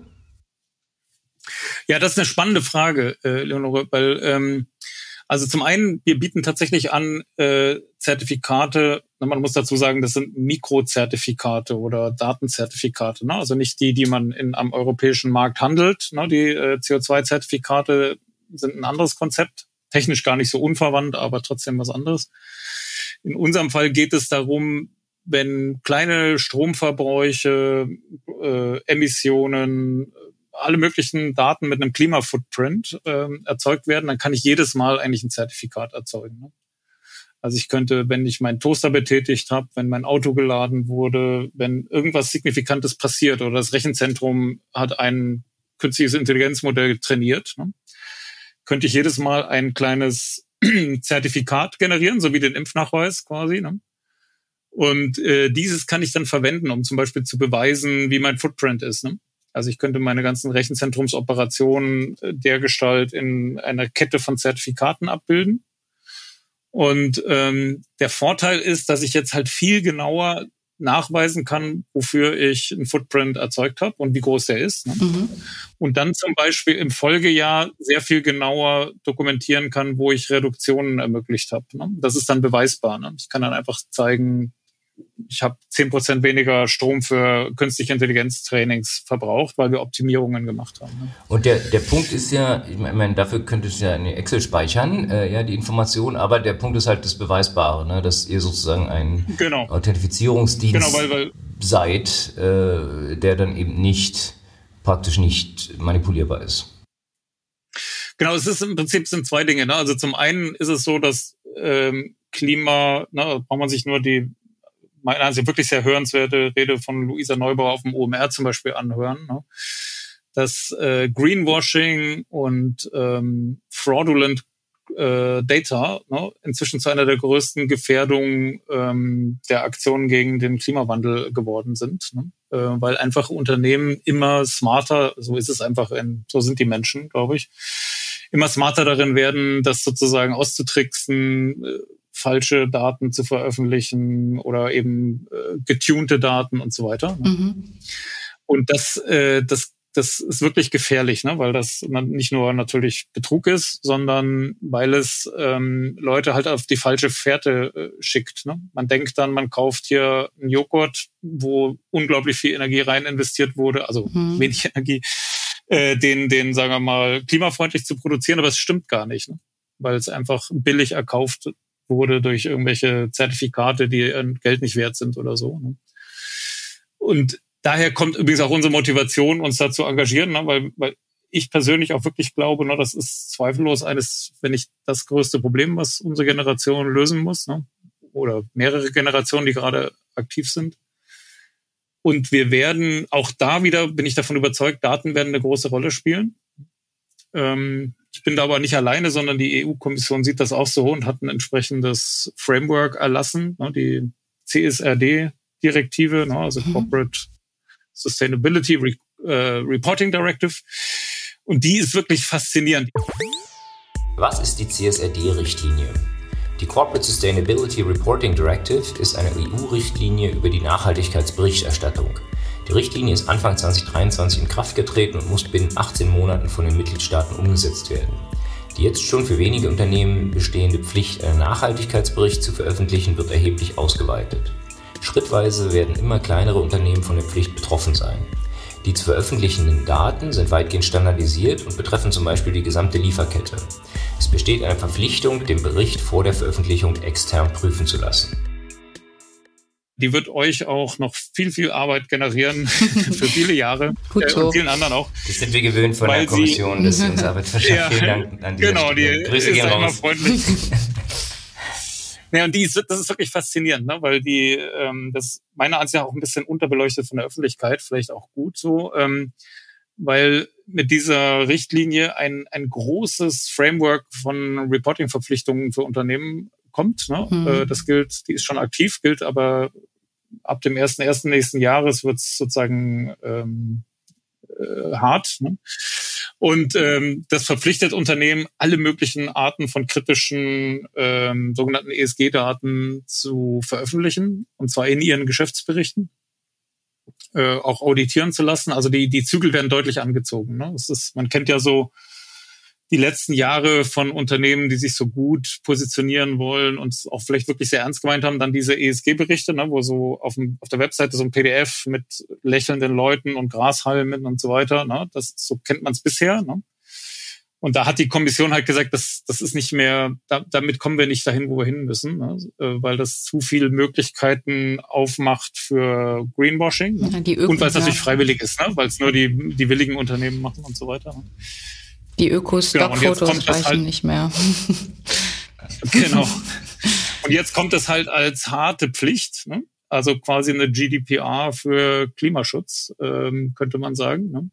Ja, das ist eine spannende Frage, äh, Leonore, weil ähm, also zum einen, wir bieten tatsächlich an äh, Zertifikate, man muss dazu sagen, das sind Mikrozertifikate oder Datenzertifikate, ne? Also nicht die, die man in, am europäischen Markt handelt, ne? Die äh, C O zwei Zertifikate sind ein anderes Konzept. Technisch gar nicht so unverwandt, aber trotzdem was anderes. In unserem Fall geht es darum, wenn kleine Stromverbräuche, äh, Emissionen, alle möglichen Daten mit einem Klimafootprint äh, erzeugt werden, dann kann ich jedes Mal eigentlich ein Zertifikat erzeugen. Ne? Also ich könnte, wenn ich meinen Toaster betätigt habe, wenn mein Auto geladen wurde, wenn irgendwas Signifikantes passiert oder das Rechenzentrum hat ein künstliches Intelligenzmodell trainiert, ne? Könnte ich jedes Mal ein kleines Zertifikat generieren, so wie den Impfnachweis quasi. Ne? Und äh, dieses kann ich dann verwenden, um zum Beispiel zu beweisen, wie mein Footprint ist. Ne? Also ich könnte meine ganzen Rechenzentrumsoperationen äh, dergestalt in einer Kette von Zertifikaten abbilden. Und ähm, der Vorteil ist, dass ich jetzt halt viel genauer nachweisen kann, wofür ich einen Footprint erzeugt habe und wie groß der ist. Ne? Mhm. Und dann zum Beispiel im Folgejahr sehr viel genauer dokumentieren kann, wo ich Reduktionen ermöglicht habe. Ne? Das ist dann beweisbar. Ne? Ich kann dann einfach zeigen, ich habe zehn Prozent weniger Strom für künstliche Intelligenztrainings verbraucht, weil wir Optimierungen gemacht haben. Ne? Und der der Punkt ist ja, ich meine, dafür könntest du ja in Excel speichern, äh, ja, die Information, aber der Punkt ist halt das Beweisbare, ne, dass ihr sozusagen ein genau. Authentifizierungsdienst genau, weil, weil seid, äh, der dann eben nicht, praktisch nicht manipulierbar ist. Genau, es ist im Prinzip sind zwei Dinge. Ne? Also zum einen ist es so, dass ähm, Klima, ne, braucht man sich nur die also wirklich sehr hörenswerte Rede von Luisa Neubauer auf dem O M R zum Beispiel anhören, ne? Dass äh, Greenwashing und ähm, fraudulent äh, Data ne, inzwischen zu einer der größten Gefährdungen ähm, der Aktionen gegen den Klimawandel geworden sind, ne? äh, weil einfach Unternehmen immer smarter, so ist es einfach, in, so sind die Menschen, glaube ich, immer smarter darin werden, das sozusagen auszutricksen, äh, falsche Daten zu veröffentlichen oder eben äh, getunte Daten und so weiter. Ne? Mhm. Und das, äh, das, das ist wirklich gefährlich, ne? Weil das nicht nur natürlich Betrug ist, sondern weil es ähm, Leute halt auf die falsche Fährte äh, schickt. Ne? Man denkt dann, man kauft hier einen Joghurt, wo unglaublich viel Energie rein investiert wurde, also mhm. wenig Energie, äh, den, den, sagen wir mal, klimafreundlich zu produzieren, aber es stimmt gar nicht, ne? Weil es einfach billig erkauft wurde durch irgendwelche Zertifikate, die Geld nicht wert sind oder so. Ne? Und daher kommt übrigens auch unsere Motivation, uns da zu engagieren, ne? weil, weil ich persönlich auch wirklich glaube, ne, das ist zweifellos eines, wenn nicht das größte Problem, was unsere Generation lösen muss, ne? oder mehrere Generationen, die gerade aktiv sind. Und wir werden auch da wieder, bin ich davon überzeugt, Daten werden eine große Rolle spielen. Ähm, ich bin da aber nicht alleine, sondern die E U-Kommission sieht das auch so und hat ein entsprechendes Framework erlassen, ne, die C S R D-Direktive, ne, also mhm. Corporate Sustainability Re- äh, Reporting Directive. Und die ist wirklich faszinierend. Was ist die C S R D-Richtlinie? Die Corporate Sustainability Reporting Directive ist eine E U-Richtlinie über die Nachhaltigkeitsberichterstattung. Die Richtlinie ist Anfang zwanzig dreiundzwanzig in Kraft getreten und muss binnen achtzehn Monaten von den Mitgliedstaaten umgesetzt werden. Die jetzt schon für wenige Unternehmen bestehende Pflicht, einen Nachhaltigkeitsbericht zu veröffentlichen, wird erheblich ausgeweitet. Schrittweise werden immer kleinere Unternehmen von der Pflicht betroffen sein. Die zu veröffentlichenden Daten sind weitgehend standardisiert und betreffen zum Beispiel die gesamte Lieferkette. Es besteht eine Verpflichtung, den Bericht vor der Veröffentlichung extern prüfen zu lassen. Die wird euch auch noch viel, viel Arbeit generieren für viele Jahre. Gut so. Äh, und vielen anderen auch. Das sind wir gewöhnt von der Kommission, dass sie uns Arbeit verschafft. Ja, vielen Dank an dieser genau, Stelle. die Grüße ist gehen einmal raus. freundlich. Ja, und die ist, das ist wirklich faszinierend, ne? Weil die, ähm, das meiner Ansicht nach auch ein bisschen unterbeleuchtet von der Öffentlichkeit, vielleicht auch gut so, ähm, weil mit dieser Richtlinie ein, ein großes Framework von Reporting-Verpflichtungen für Unternehmen kommt. Ne? Mhm. Äh, das gilt, die ist schon aktiv, gilt aber ab dem ersten ersten nächsten Jahres wird es sozusagen ähm, äh, hart. Ne? Und ähm, das verpflichtet Unternehmen, alle möglichen Arten von kritischen ähm, sogenannten E S G-Daten zu veröffentlichen, und zwar in ihren Geschäftsberichten, äh, auch auditieren zu lassen. Also die die Zügel werden deutlich angezogen. Ne? Es ist, man kennt ja so die letzten Jahre von Unternehmen, die sich so gut positionieren wollen und auch vielleicht wirklich sehr ernst gemeint haben, dann diese E S G-Berichte, ne, wo so auf, dem, auf der Webseite so ein P D F mit lächelnden Leuten und Grashalmen und so weiter, ne, das, so kennt man es bisher. Ne. Und da hat die Kommission halt gesagt, das, das ist nicht mehr, da, damit kommen wir nicht dahin, wo wir hin müssen, ne, weil das zu viele Möglichkeiten aufmacht für Greenwashing. Ne. Ja, die Öko- und weil es natürlich freiwillig ist, ne, weil es nur die, die willigen Unternehmen machen und so weiter. Ne. Die Öko-Stock-Fotos genau, reichen halt, nicht mehr. Genau. Und jetzt kommt es halt als harte Pflicht, ne? Also quasi eine G D P R für Klimaschutz, ähm, könnte man sagen. Ne?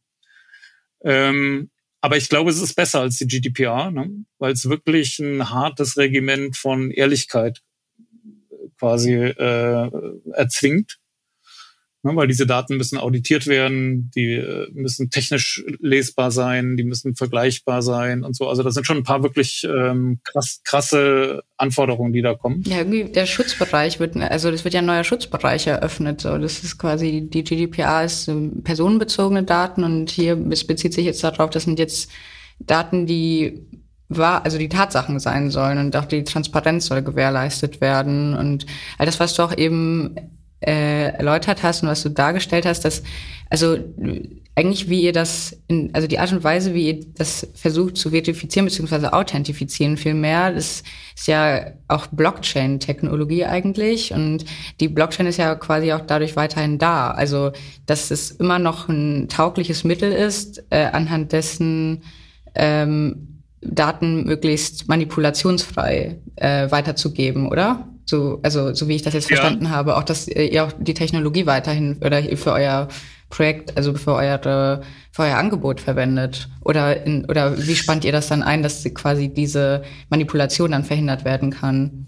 Ähm, aber ich glaube, es ist besser als die G D P R, ne? Weil es wirklich ein hartes Regiment von Ehrlichkeit quasi äh, erzwingt. Ne, weil diese Daten müssen auditiert werden, die äh, müssen technisch lesbar sein, die müssen vergleichbar sein und so. Also das sind schon ein paar wirklich ähm, krass, krasse Anforderungen, die da kommen. Ja, irgendwie der Schutzbereich wird, also das wird ja ein neuer Schutzbereich eröffnet. So, das ist quasi, die G D P R ist ähm, personenbezogene Daten und hier es bezieht sich jetzt darauf, das sind jetzt Daten, die war, also die Tatsachen sein sollen und auch die Transparenz soll gewährleistet werden und all das, was du auch eben Äh, erläutert hast und was du dargestellt hast, dass also eigentlich wie ihr das, in, also die Art und Weise, wie ihr das versucht zu verifizieren bzw. authentifizieren vielmehr, das ist ja auch Blockchain-Technologie eigentlich und die Blockchain ist ja quasi auch dadurch weiterhin da, also dass es immer noch ein taugliches Mittel ist, äh, anhand dessen ähm, Daten möglichst manipulationsfrei äh, weiterzugeben, oder? So, also so wie ich das jetzt verstanden ja. habe, auch dass ihr auch die Technologie weiterhin oder für euer Projekt, also für euer für euer Angebot verwendet oder in, oder wie spannt ihr das dann ein, dass quasi diese Manipulation dann verhindert werden kann?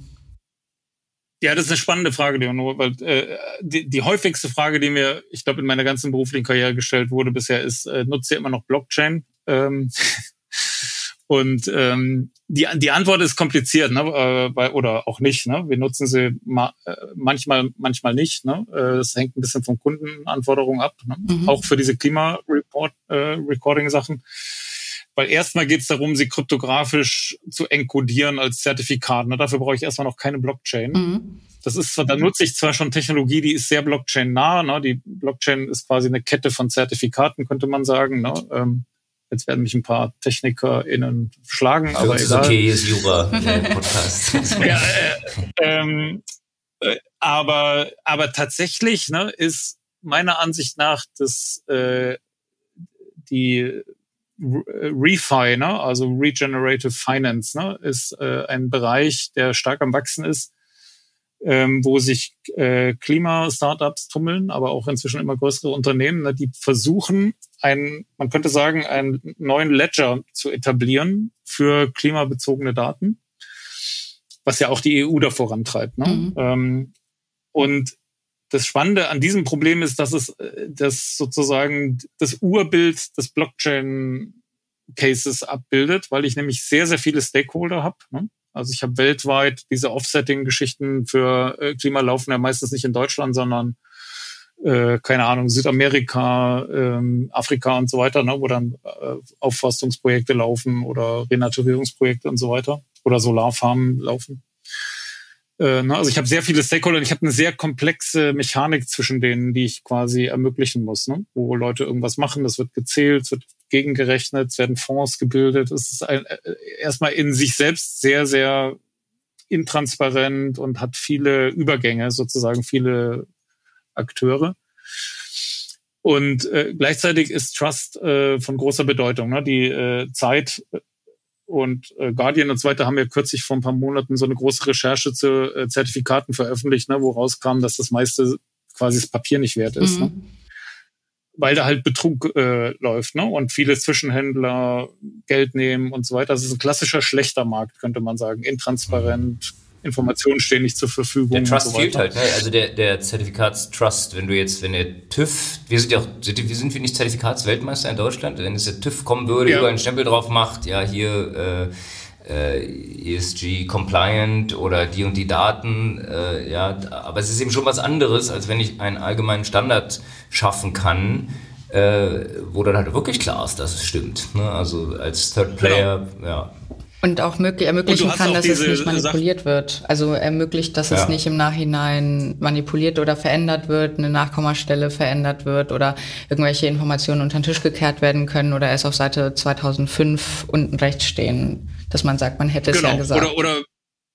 Ja, das ist eine spannende Frage, Leonor, weil äh, die, die häufigste Frage, die mir, ich glaube, in meiner ganzen beruflichen Karriere gestellt wurde bisher, ist: äh, Nutzt ihr immer noch Blockchain? Ähm, Und ähm, die die Antwort ist kompliziert, ne? Äh, weil, oder auch nicht. Ne? Wir nutzen sie ma- äh, manchmal, manchmal nicht. Ne? Äh, das hängt ein bisschen von Kundenanforderungen ab, ne? Mhm. Auch für diese Klima-Recording-Sachen. Weil erstmal geht es darum, sie kryptografisch zu enkodieren als Zertifikat. Ne? Dafür brauche ich erstmal noch keine Blockchain. Mhm. Das ist zwar, da nutze ich zwar schon Technologie, die ist sehr Blockchain-nah. Ne? Die Blockchain ist quasi eine Kette von Zertifikaten, könnte man sagen. Ne? Ähm, Jetzt werden mich ein paar TechnikerInnen schlagen, aber Für egal. Okay, ist Jura-Podcast. ja, äh, ähm, äh, aber, aber tatsächlich ne, ist meiner Ansicht nach das, äh, die ReFi, ne, also Regenerative Finance, ne, ist äh, ein Bereich, der stark am Wachsen ist, ähm, wo sich äh, Klima-Startups tummeln, aber auch inzwischen immer größere Unternehmen, ne, die versuchen, einen, man könnte sagen, einen neuen Ledger zu etablieren für klimabezogene Daten, was ja auch die E U da vorantreibt. Ne? Mhm. Ähm, und das Spannende an diesem Problem ist, dass es das sozusagen das Urbild des Blockchain-Cases abbildet, weil ich nämlich sehr, sehr viele Stakeholder habe. Ne? Also ich habe weltweit diese Offsetting-Geschichten für äh, Klima laufen ja meistens nicht in Deutschland, sondern äh, keine Ahnung, Südamerika, ähm, Afrika und so weiter, ne? Wo dann äh, Aufforstungsprojekte laufen oder Renaturierungsprojekte und so weiter oder Solarfarmen laufen. Also ich habe sehr viele Stakeholder und ich habe eine sehr komplexe Mechanik zwischen denen, die ich quasi ermöglichen muss, ne? Wo Leute irgendwas machen, das wird gezählt, es wird gegengerechnet, es werden Fonds gebildet. Es ist ein, erstmal in sich selbst sehr, sehr intransparent und hat viele Übergänge, sozusagen viele Akteure. Und äh, gleichzeitig ist Trust äh, von großer Bedeutung. Ne? Die äh, Zeit und äh, Guardian und so weiter haben ja kürzlich vor ein paar Monaten so eine große Recherche zu äh, Zertifikaten veröffentlicht, ne, wo rauskam, dass das meiste quasi das Papier nicht wert ist. Mhm. Ne? Weil da halt Betrug äh, läuft, ne? Und viele Zwischenhändler Geld nehmen und so weiter. Das ist ein klassischer schlechter Markt, könnte man sagen. Intransparent, Informationen stehen nicht zur Verfügung. Der Trust so fehlt halt, ne? Also der, der Zertifikatstrust, wenn du jetzt, wenn der TÜV, wir sind ja auch, wir sind wir nicht Zertifikatsweltmeister in Deutschland, wenn jetzt der TÜV kommen würde, ja. über einen Stempel drauf macht, ja hier äh, äh, E S G compliant oder die und die Daten, äh, ja, aber es ist eben schon was anderes, als wenn ich einen allgemeinen Standard schaffen kann, äh, wo dann halt wirklich klar ist, dass es stimmt, ne? Also als Third Player, genau. ja. Und auch möglich, ermöglichen kann, dass es nicht manipuliert Sachen. wird. Also ermöglicht, dass ja. es nicht im Nachhinein manipuliert oder verändert wird, eine Nachkommastelle verändert wird oder irgendwelche Informationen unter den Tisch gekehrt werden können oder erst auf Seite zweitausendfünf unten rechts stehen, dass man sagt, man hätte es genau. ja gesagt. Oder, oder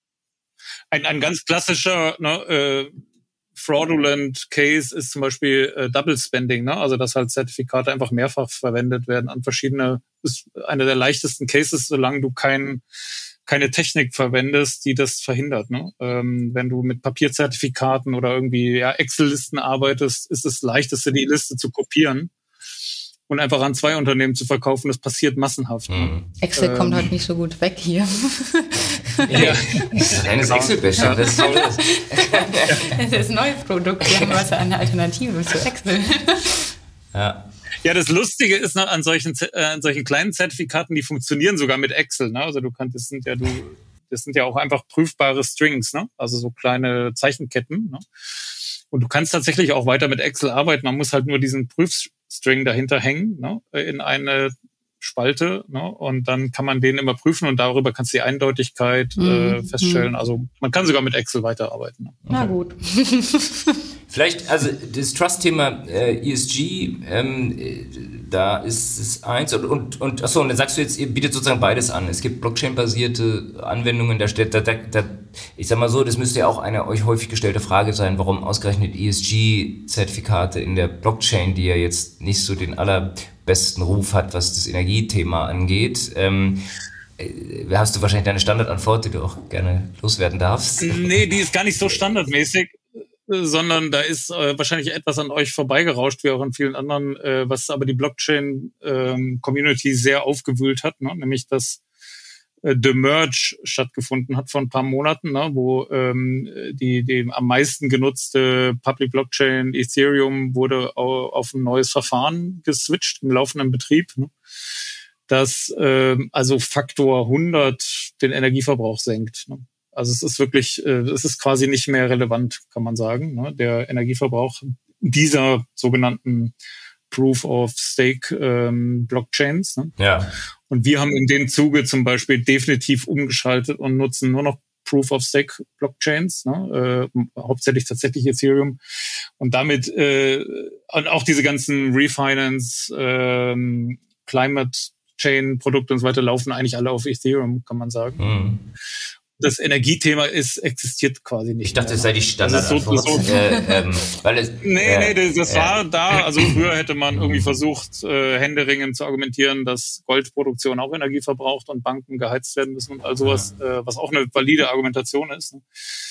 ein, ein ganz klassischer ne, äh, fraudulent Case ist zum Beispiel äh, Double Spending, ne? Also dass halt Zertifikate einfach mehrfach verwendet werden an verschiedene, ist einer der leichtesten Cases, solange du kein, keine Technik verwendest, die das verhindert, ne? Ähm, wenn du mit Papierzertifikaten oder irgendwie ja, Excel-Listen arbeitest, ist das leichteste, die Liste zu kopieren und einfach an zwei Unternehmen zu verkaufen. Das passiert massenhaft. Mhm. Excel ähm, kommt halt nicht so gut weg hier. Ja, das ist reines Excel-Bashing. Ja. Das ist so das. Das ist ein neues Produkt. Wir haben was eine Alternative zu Excel. Ja. Ja, das Lustige ist noch an solchen äh, an solchen kleinen Zertifikaten, die funktionieren sogar mit Excel. Ne? Also du kannst, das sind ja du, das sind ja auch einfach prüfbare Strings, ne? Also so kleine Zeichenketten. Ne? Und du kannst tatsächlich auch weiter mit Excel arbeiten. Man muss halt nur diesen Prüfstring dahinter hängen, ne? In eine Spalte, ne? Und dann kann man den immer prüfen und darüber kannst du die Eindeutigkeit mhm. äh, feststellen. Also man kann sogar mit Excel weiterarbeiten. Ne? Na okay. gut. Vielleicht, also das Trust-Thema äh, E S G, ähm, da ist es eins und, und, und achso, und dann sagst du jetzt, ihr bietet sozusagen beides an. Es gibt Blockchain-basierte Anwendungen, da steht, da, da, da, ich sag mal so, das müsste ja auch eine euch häufig gestellte Frage sein, warum ausgerechnet E S G-Zertifikate in der Blockchain, die ja jetzt nicht so den allerbesten Ruf hat, was das Energiethema angeht. Ähm, hast du wahrscheinlich deine Standardantwort, die du auch gerne loswerden darfst? Nee, die ist gar nicht so standardmäßig, sondern da ist äh, wahrscheinlich etwas an euch vorbeigerauscht, wie auch an vielen anderen, äh, was aber die Blockchain-Community ähm, sehr aufgewühlt hat, ne? Nämlich dass äh, The Merge stattgefunden hat vor ein paar Monaten, ne? Wo ähm, die, die am meisten genutzte Public Blockchain Ethereum wurde au- auf ein neues Verfahren geswitcht im laufenden Betrieb, ne? Das äh, also Faktor hundert den Energieverbrauch senkt, ne? Also es ist wirklich, es ist quasi nicht mehr relevant, kann man sagen, ne? Der Energieverbrauch dieser sogenannten Proof of Stake ähm, Blockchains. Ne? Ja. Und wir haben in dem Zuge zum Beispiel definitiv umgeschaltet und nutzen nur noch Proof of Stake Blockchains, ne? äh, hauptsächlich tatsächlich Ethereum. Und damit äh, und auch diese ganzen Refinance, ähm, Climate Chain Produkte und so weiter laufen eigentlich alle auf Ethereum, kann man sagen. Mhm. Das Energiethema ist, existiert quasi nicht. Ich dachte, mehr. Es sei die Standardantwort. So, so. äh, ähm, weil es, nee, äh, nee, das, das äh, war da. Also früher hätte man irgendwie versucht, äh, händeringend zu argumentieren, dass Goldproduktion auch Energie verbraucht und Banken geheizt werden müssen und all sowas, äh, was auch eine valide Argumentation ist. Ne?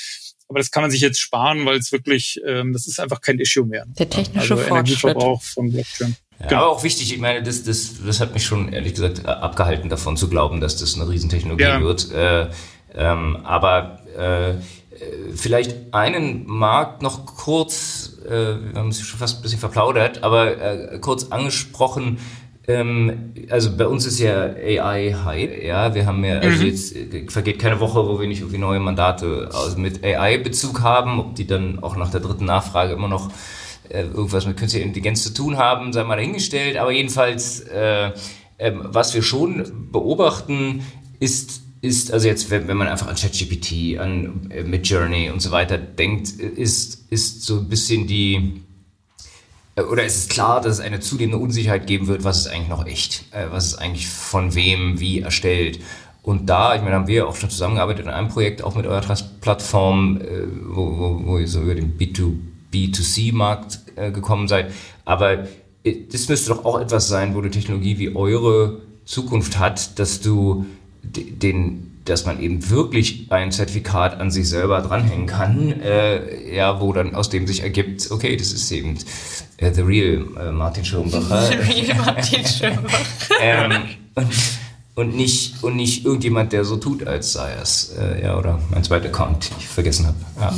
Aber das kann man sich jetzt sparen, weil es wirklich, ähm, das ist einfach kein Issue mehr. Der technische also Fortschritt. Energieverbrauch von Blockchain. Ja, Genau. aber auch wichtig, ich meine, das, das, das hat mich schon ehrlich gesagt abgehalten davon zu glauben, dass das eine Riesentechnologie Ja. wird. Äh, ähm, aber äh, vielleicht einen Markt noch kurz, äh, wir haben es schon fast ein bisschen verplaudert, aber äh, kurz angesprochen. Ähm, also bei uns ist ja A I-Hype, ja, wir haben ja, also Mhm. jetzt äh, vergeht keine Woche, wo wir nicht irgendwie neue Mandate also mit A I-Bezug haben, ob die dann auch nach der dritten Nachfrage immer noch irgendwas mit künstlicher Intelligenz zu tun haben, sei mal dahingestellt. Aber jedenfalls, äh, äh, was wir schon beobachten, ist, ist also jetzt, wenn, wenn man einfach an ChatGPT, an äh, Midjourney und so weiter denkt, ist, ist so ein bisschen die, äh, oder ist es klar, dass es eine zunehmende Unsicherheit geben wird, was ist eigentlich noch echt, äh, was ist eigentlich von wem, wie erstellt. Und da, ich meine, haben wir auch schon zusammengearbeitet in einem Projekt, auch mit eurer Trust-Plattform, äh, wo, wo, wo ihr so über den B zwei B zwei C-Markt äh, gekommen seid. Aber äh, das müsste doch auch etwas sein, wo eine Technologie wie eure Zukunft hat, dass du d- den, dass man eben wirklich ein Zertifikat an sich selber dranhängen kann, äh, ja, wo dann aus dem sich ergibt, okay, das ist eben äh, the real äh, Martin Schirmbacher. The real Martin Schirmbacher. ähm, und, und nicht und nicht irgendjemand, der so tut, als sei es. Äh, ja, oder mein zweiter Account, den ich vergessen habe. Ja.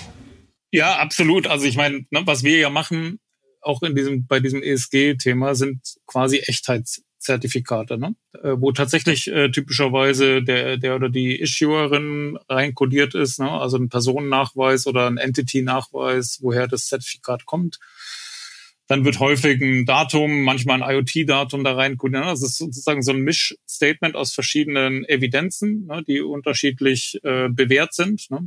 Ja, absolut. Also ich meine, ne, was wir ja machen, auch in diesem bei diesem E S G-Thema, sind quasi Echtheitszertifikate, ne? Äh, wo tatsächlich äh, typischerweise der der oder die Issuerin reinkodiert ist, ne? Also ein Personennachweis oder ein Entity-Nachweis, woher das Zertifikat kommt. Dann wird häufig ein Datum, manchmal ein I O T-Datum da reinkodiert. Das ist sozusagen so ein Mischstatement aus verschiedenen Evidenzen, ne, die unterschiedlich äh, bewährt sind, ne?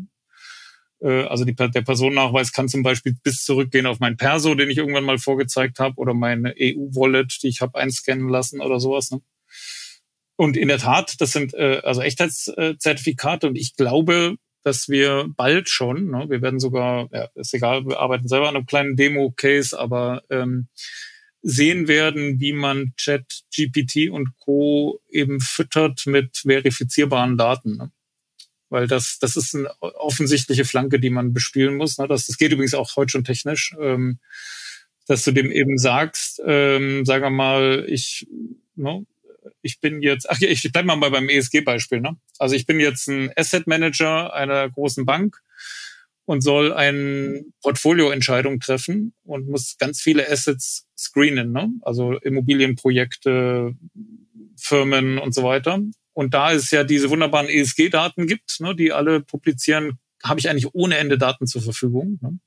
Also die, der Personennachweis kann zum Beispiel bis zurückgehen auf mein Perso, den ich irgendwann mal vorgezeigt habe, oder meine E U-Wallet, die ich habe einscannen lassen oder sowas. Ne? Und in der Tat, das sind äh, also Echtheitszertifikate und ich glaube, dass wir bald schon, ne, wir werden sogar, ja, ist egal, wir arbeiten selber an einem kleinen Demo-Case, aber ähm, sehen werden, wie man ChatGPT und Co. eben füttert mit verifizierbaren Daten. Ne? Weil das das ist eine offensichtliche Flanke, die man bespielen muss. Ne? Das, das geht übrigens auch heute schon technisch, ähm, dass du dem eben sagst, ähm, sagen wir mal, ich, ne, ich bin jetzt, ach ja, ich bleib mal beim E S G-Beispiel. Ne? Also ich bin jetzt ein Asset Manager einer großen Bank und soll eine Portfolioentscheidung treffen und muss ganz viele Assets screenen, ne? Also Immobilienprojekte, Firmen und so weiter. Und da es ja diese wunderbaren E S G-Daten gibt, ne, die alle publizieren, habe ich eigentlich ohne Ende Daten zur Verfügung. Ne?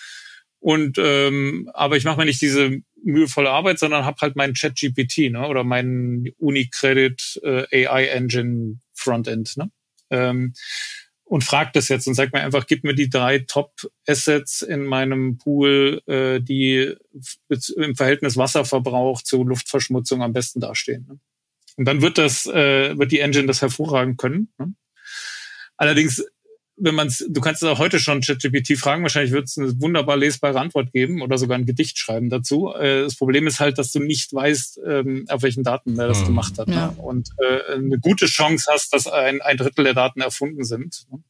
Und ähm, aber ich mache mir nicht diese mühevolle Arbeit, sondern habe halt meinen ChatGPT, ne, oder meinen Unicredit äh, A I-Engine Frontend, ne? Ähm, und frage das jetzt und sag mir einfach, gib mir die drei Top-Assets in meinem Pool, äh, die im Verhältnis Wasserverbrauch zu Luftverschmutzung am besten dastehen. Ne? Und dann wird das, äh, wird die Engine das hervorragen können. Ne? Allerdings, wenn man's, du kannst es auch heute schon ChatGPT fragen, wahrscheinlich wird es eine wunderbar lesbare Antwort geben oder sogar ein Gedicht schreiben dazu. Äh, das Problem ist halt, dass du nicht weißt, ähm, auf welchen Daten er das hm. gemacht hat. Ja. Ne? Und äh, eine gute Chance hast, dass ein, ein Drittel der Daten erfunden sind. Ne?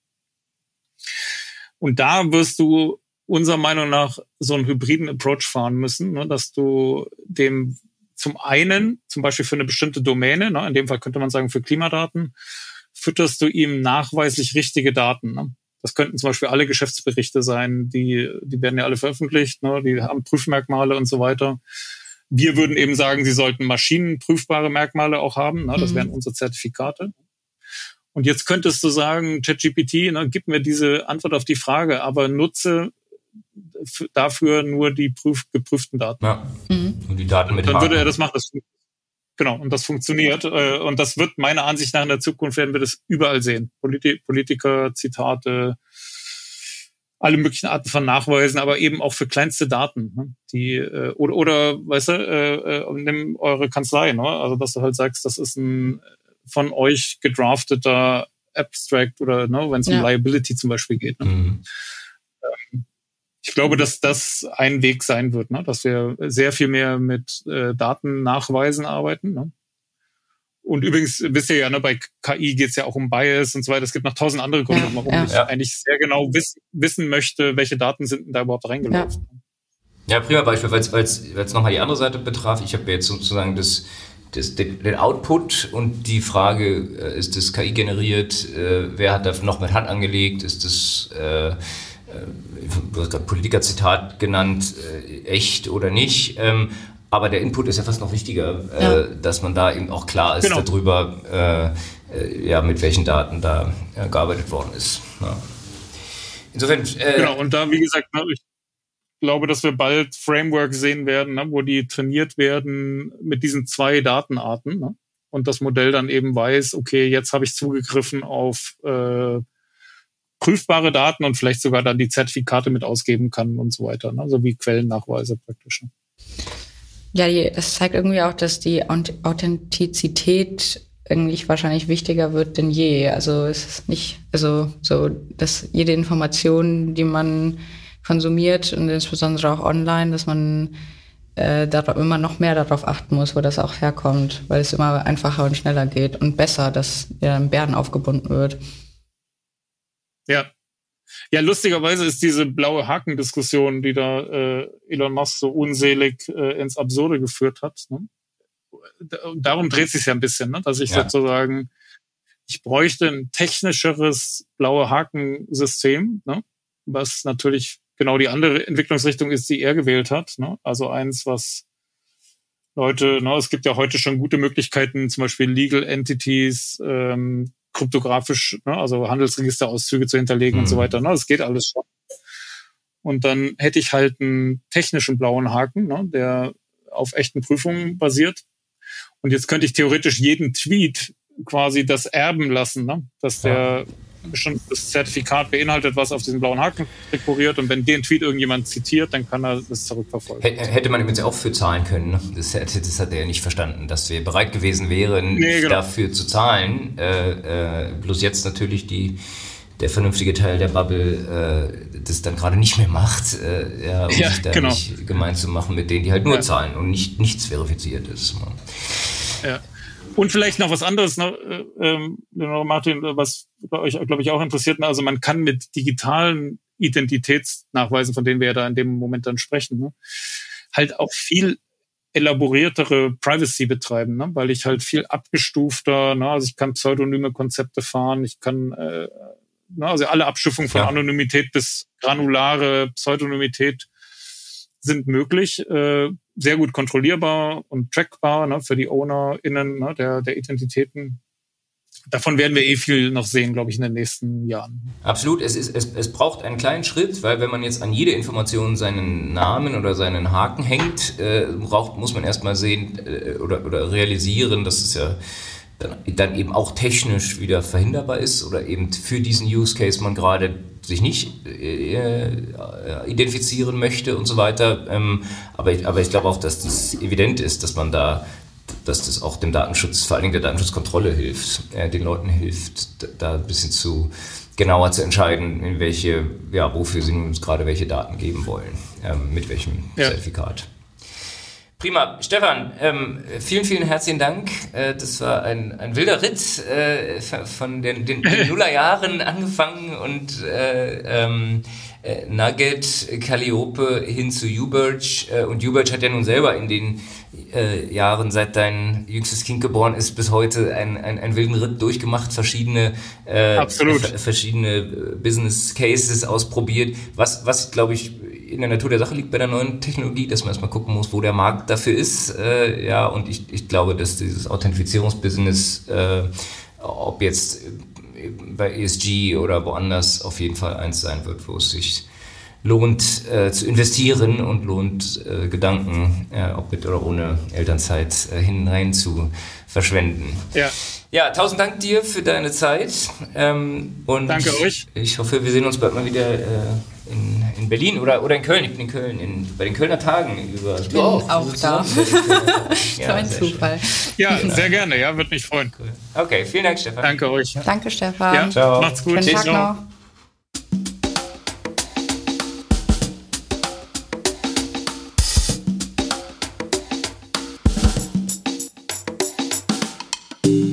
Und da wirst du unserer Meinung nach so einen hybriden Approach fahren müssen, ne? Dass du dem zum einen, zum Beispiel für eine bestimmte Domäne, ne, in dem Fall könnte man sagen für Klimadaten, fütterst du ihm nachweislich richtige Daten. Ne? Das könnten zum Beispiel alle Geschäftsberichte sein, die die werden ja alle veröffentlicht, ne? Die haben Prüfmerkmale und so weiter. Wir würden eben sagen, sie sollten maschinenprüfbare Merkmale auch haben. Ne? Das wären unsere Zertifikate. Und jetzt könntest du sagen, ChatGPT, ne, gib mir diese Antwort auf die Frage, aber nutze f- dafür nur die prüf- geprüften Daten. Ja. Mhm. Und die Daten mit Dann Haken. würde er das machen. Das, genau, und das funktioniert. Äh, und das wird meiner Ansicht nach in der Zukunft, werden wir das überall sehen. Politi- Politiker, Zitate, alle möglichen Arten von Nachweisen, aber eben auch für kleinste Daten. Ne? Die äh, oder, oder, weißt du, äh, äh, nimm eure Kanzlei, ne? Also dass du halt sagst, das ist ein von euch gedrafteter Abstract oder ne, wenn es ja. um Liability zum Beispiel geht. Ne? Mhm. Ähm, ich glaube, dass das ein Weg sein wird, ne? Dass wir sehr viel mehr mit äh, Datennachweisen arbeiten. Ne? Und übrigens wisst ihr ja, ne, bei K I geht es ja auch um Bias und so weiter. Es gibt noch tausend andere Gründe, ja, warum ja. ich ja. eigentlich sehr genau wiss, wissen möchte, welche Daten sind denn da überhaupt reingelaufen. Ja, ja prima Beispiel, weil es nochmal die andere Seite betraf. Ich habe ja jetzt sozusagen das, das, den, den Output und die Frage, ist das K I generiert, äh, wer hat da noch mit Hand angelegt, ist das, äh, du hast gerade Politiker-Zitat genannt, äh, echt oder nicht. Ähm, Aber der Input ist ja fast noch wichtiger, ja. äh, dass man da eben auch klar ist genau. darüber, äh, ja, mit welchen Daten da äh, gearbeitet worden ist. Ja. Insofern. Äh, genau, und da, wie gesagt, ich glaube, dass wir bald Frameworks sehen werden, ne, wo die trainiert werden mit diesen zwei Datenarten. Ne, und das Modell dann eben weiß, okay, jetzt habe ich zugegriffen auf äh, prüfbare Daten und vielleicht sogar dann die Zertifikate mit ausgeben kann und so weiter. Ne, also wie Quellennachweise praktisch. Ne. Ja, die, das zeigt irgendwie auch, dass die Authentizität eigentlich wahrscheinlich wichtiger wird denn je. Also es ist nicht, also so, dass jede Information, die man konsumiert und insbesondere auch online, dass man äh, darauf, immer noch mehr darauf achten muss, wo das auch herkommt, weil es immer einfacher und schneller geht und besser, dass ja, ein Bären aufgebunden wird. Ja. Ja, lustigerweise ist diese blaue Haken-Diskussion, die da äh, Elon Musk so unselig äh, ins Absurde geführt hat, ne? Darum dreht sich ja ein bisschen, ne? Dass ich ja. sozusagen, ich bräuchte ein technischeres blaue Haken-System, ne? Was natürlich genau die andere Entwicklungsrichtung ist, die er gewählt hat, ne? Also eins, was Leute, ne, es gibt ja heute schon gute Möglichkeiten, zum Beispiel Legal Entities, ähm, kryptografisch, ne, also Handelsregisterauszüge zu hinterlegen mhm. und so weiter. Ne, das geht alles schon. Und dann hätte ich halt einen technischen blauen Haken, ne, der auf echten Prüfungen basiert. Und jetzt könnte ich theoretisch jeden Tweet quasi das erben lassen, ne, dass der ja. bestimmtes Zertifikat beinhaltet, was auf diesen blauen Haken rekurriert. Und wenn den Tweet irgendjemand zitiert, dann kann er das zurückverfolgen. Hätte man übrigens auch für zahlen können. Ne? Das, das hat er ja nicht verstanden, dass wir bereit gewesen wären, nee, genau. dafür zu zahlen. Äh, äh, bloß jetzt natürlich die, der vernünftige Teil der Bubble äh, das dann gerade nicht mehr macht, äh, ja, um ja, sich da genau. nicht gemein zu machen mit denen, die halt nur ja. zahlen und nicht nichts verifiziert ist. Ja. Und vielleicht noch was anderes, ne, ähm, Martin, was euch, glaube ich, auch interessiert. Also man kann mit digitalen Identitätsnachweisen, von denen wir ja da in dem Moment dann sprechen, ne, halt auch viel elaboriertere Privacy betreiben, ne, weil ich halt viel abgestufter, ne, also ich kann pseudonyme Konzepte fahren, ich kann, äh, ne, also alle Abstufungen von ja. Anonymität bis granulare Pseudonymität sind möglich, äh, sehr gut kontrollierbar und trackbar, ne, für die OwnerInnen, ne, der, der Identitäten. Davon werden wir eh viel noch sehen, glaube ich, in den nächsten Jahren. Absolut. Es ist, es, es braucht einen kleinen Schritt, weil wenn man jetzt an jede Information seinen Namen oder seinen Haken hängt, äh, braucht, muss man erstmal sehen äh, oder, oder realisieren, dass es ja dann, dann eben auch technisch wieder verhinderbar ist oder eben für diesen Use Case man gerade sich nicht äh, identifizieren möchte und so weiter. Ähm, aber ich, aber ich glaube auch, dass das evident ist, dass man da, dass das auch dem Datenschutz, vor allen Dingen der Datenschutzkontrolle hilft, äh, den Leuten hilft, da ein bisschen zu genauer zu entscheiden, in welche, ja, wofür sie uns gerade welche Daten geben wollen, ähm, mit welchem ja. Zertifikat. Prima. Stefan, ähm, vielen, vielen herzlichen Dank. Äh, das war ein, ein wilder Ritt, äh, von den, den, den Nullerjahren angefangen und äh, ähm, äh, Nugget, Calliope hin zu YouBirch. Äh, und YouBirch hat ja nun selber in den äh, Jahren, seit dein jüngstes Kind geboren ist, bis heute einen, einen, einen wilden Ritt durchgemacht, verschiedene, äh, Absolut. F- verschiedene Business Cases ausprobiert, was, was glaube ich, in der Natur der Sache liegt bei der neuen Technologie, dass man erstmal gucken muss, wo der Markt dafür ist. Äh, ja, und ich, ich glaube, dass dieses Authentifizierungsbusiness, äh, ob jetzt bei E S G oder woanders, auf jeden Fall eins sein wird, wo es sich lohnt äh, zu investieren und lohnt äh, Gedanken, äh, ob mit oder ohne Elternzeit, äh, hinein zu verschwenden. Ja. Ja, tausend Dank dir für deine Zeit. Ähm, und Danke euch. Ich hoffe, wir sehen uns bald mal wieder äh, in, in Berlin oder, oder in Köln. Ich bin in Köln, in, bei den Kölner Tagen. Über, ich bin auch, auch da. Ja, so ein Zufall. Schön. Ja, sehr gerne. Ja, würde mich freuen. Cool. Okay, vielen Dank, Stefan. Danke euch. Danke, Stefan. Ja, ciao. Macht's gut. Schönen Tag noch. you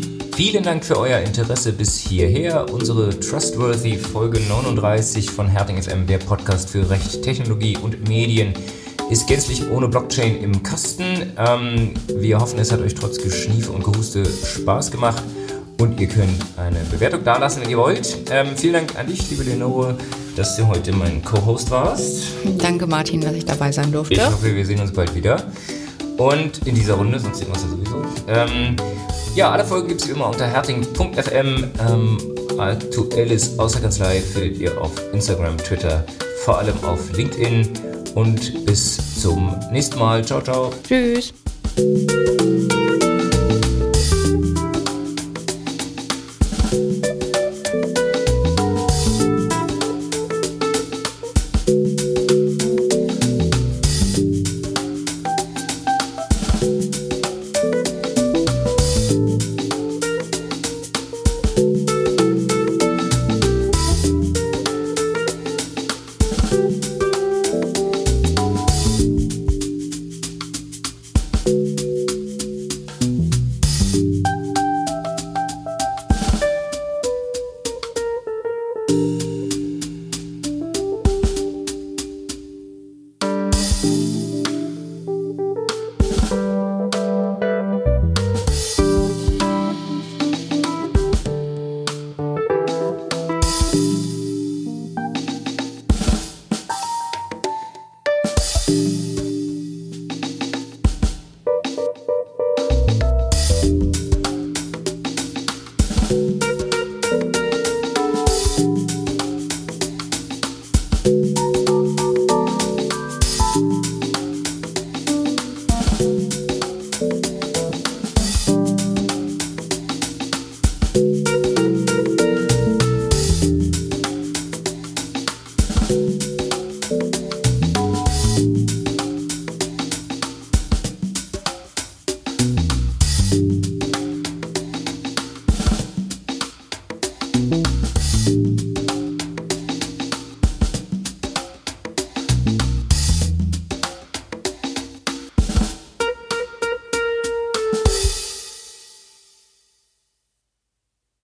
Vielen Dank für euer Interesse bis hierher. Unsere Trustworthy Folge neununddreißig von Herting F M, der Podcast für Recht, Technologie und Medien, ist gänzlich ohne Blockchain im Kasten. Ähm, wir hoffen, es hat euch trotz Geschniefe und Gehuste Spaß gemacht und ihr könnt eine Bewertung dalassen, wenn ihr wollt. Ähm, vielen Dank an dich, liebe Lenore, dass du heute mein Co-Host warst. Danke, Martin, dass ich dabei sein durfte. Ich hoffe, wir sehen uns bald wieder. Und in dieser Runde, sonst sehen wir uns ja sowieso. Ähm, ja, alle Folgen gibt es wie immer unter herting punkt f m. Ähm, aktuelles Außerkanzlei findet ihr auf Instagram, Twitter, vor allem auf LinkedIn. Und bis zum nächsten Mal. Ciao, ciao. Tschüss. Thank you.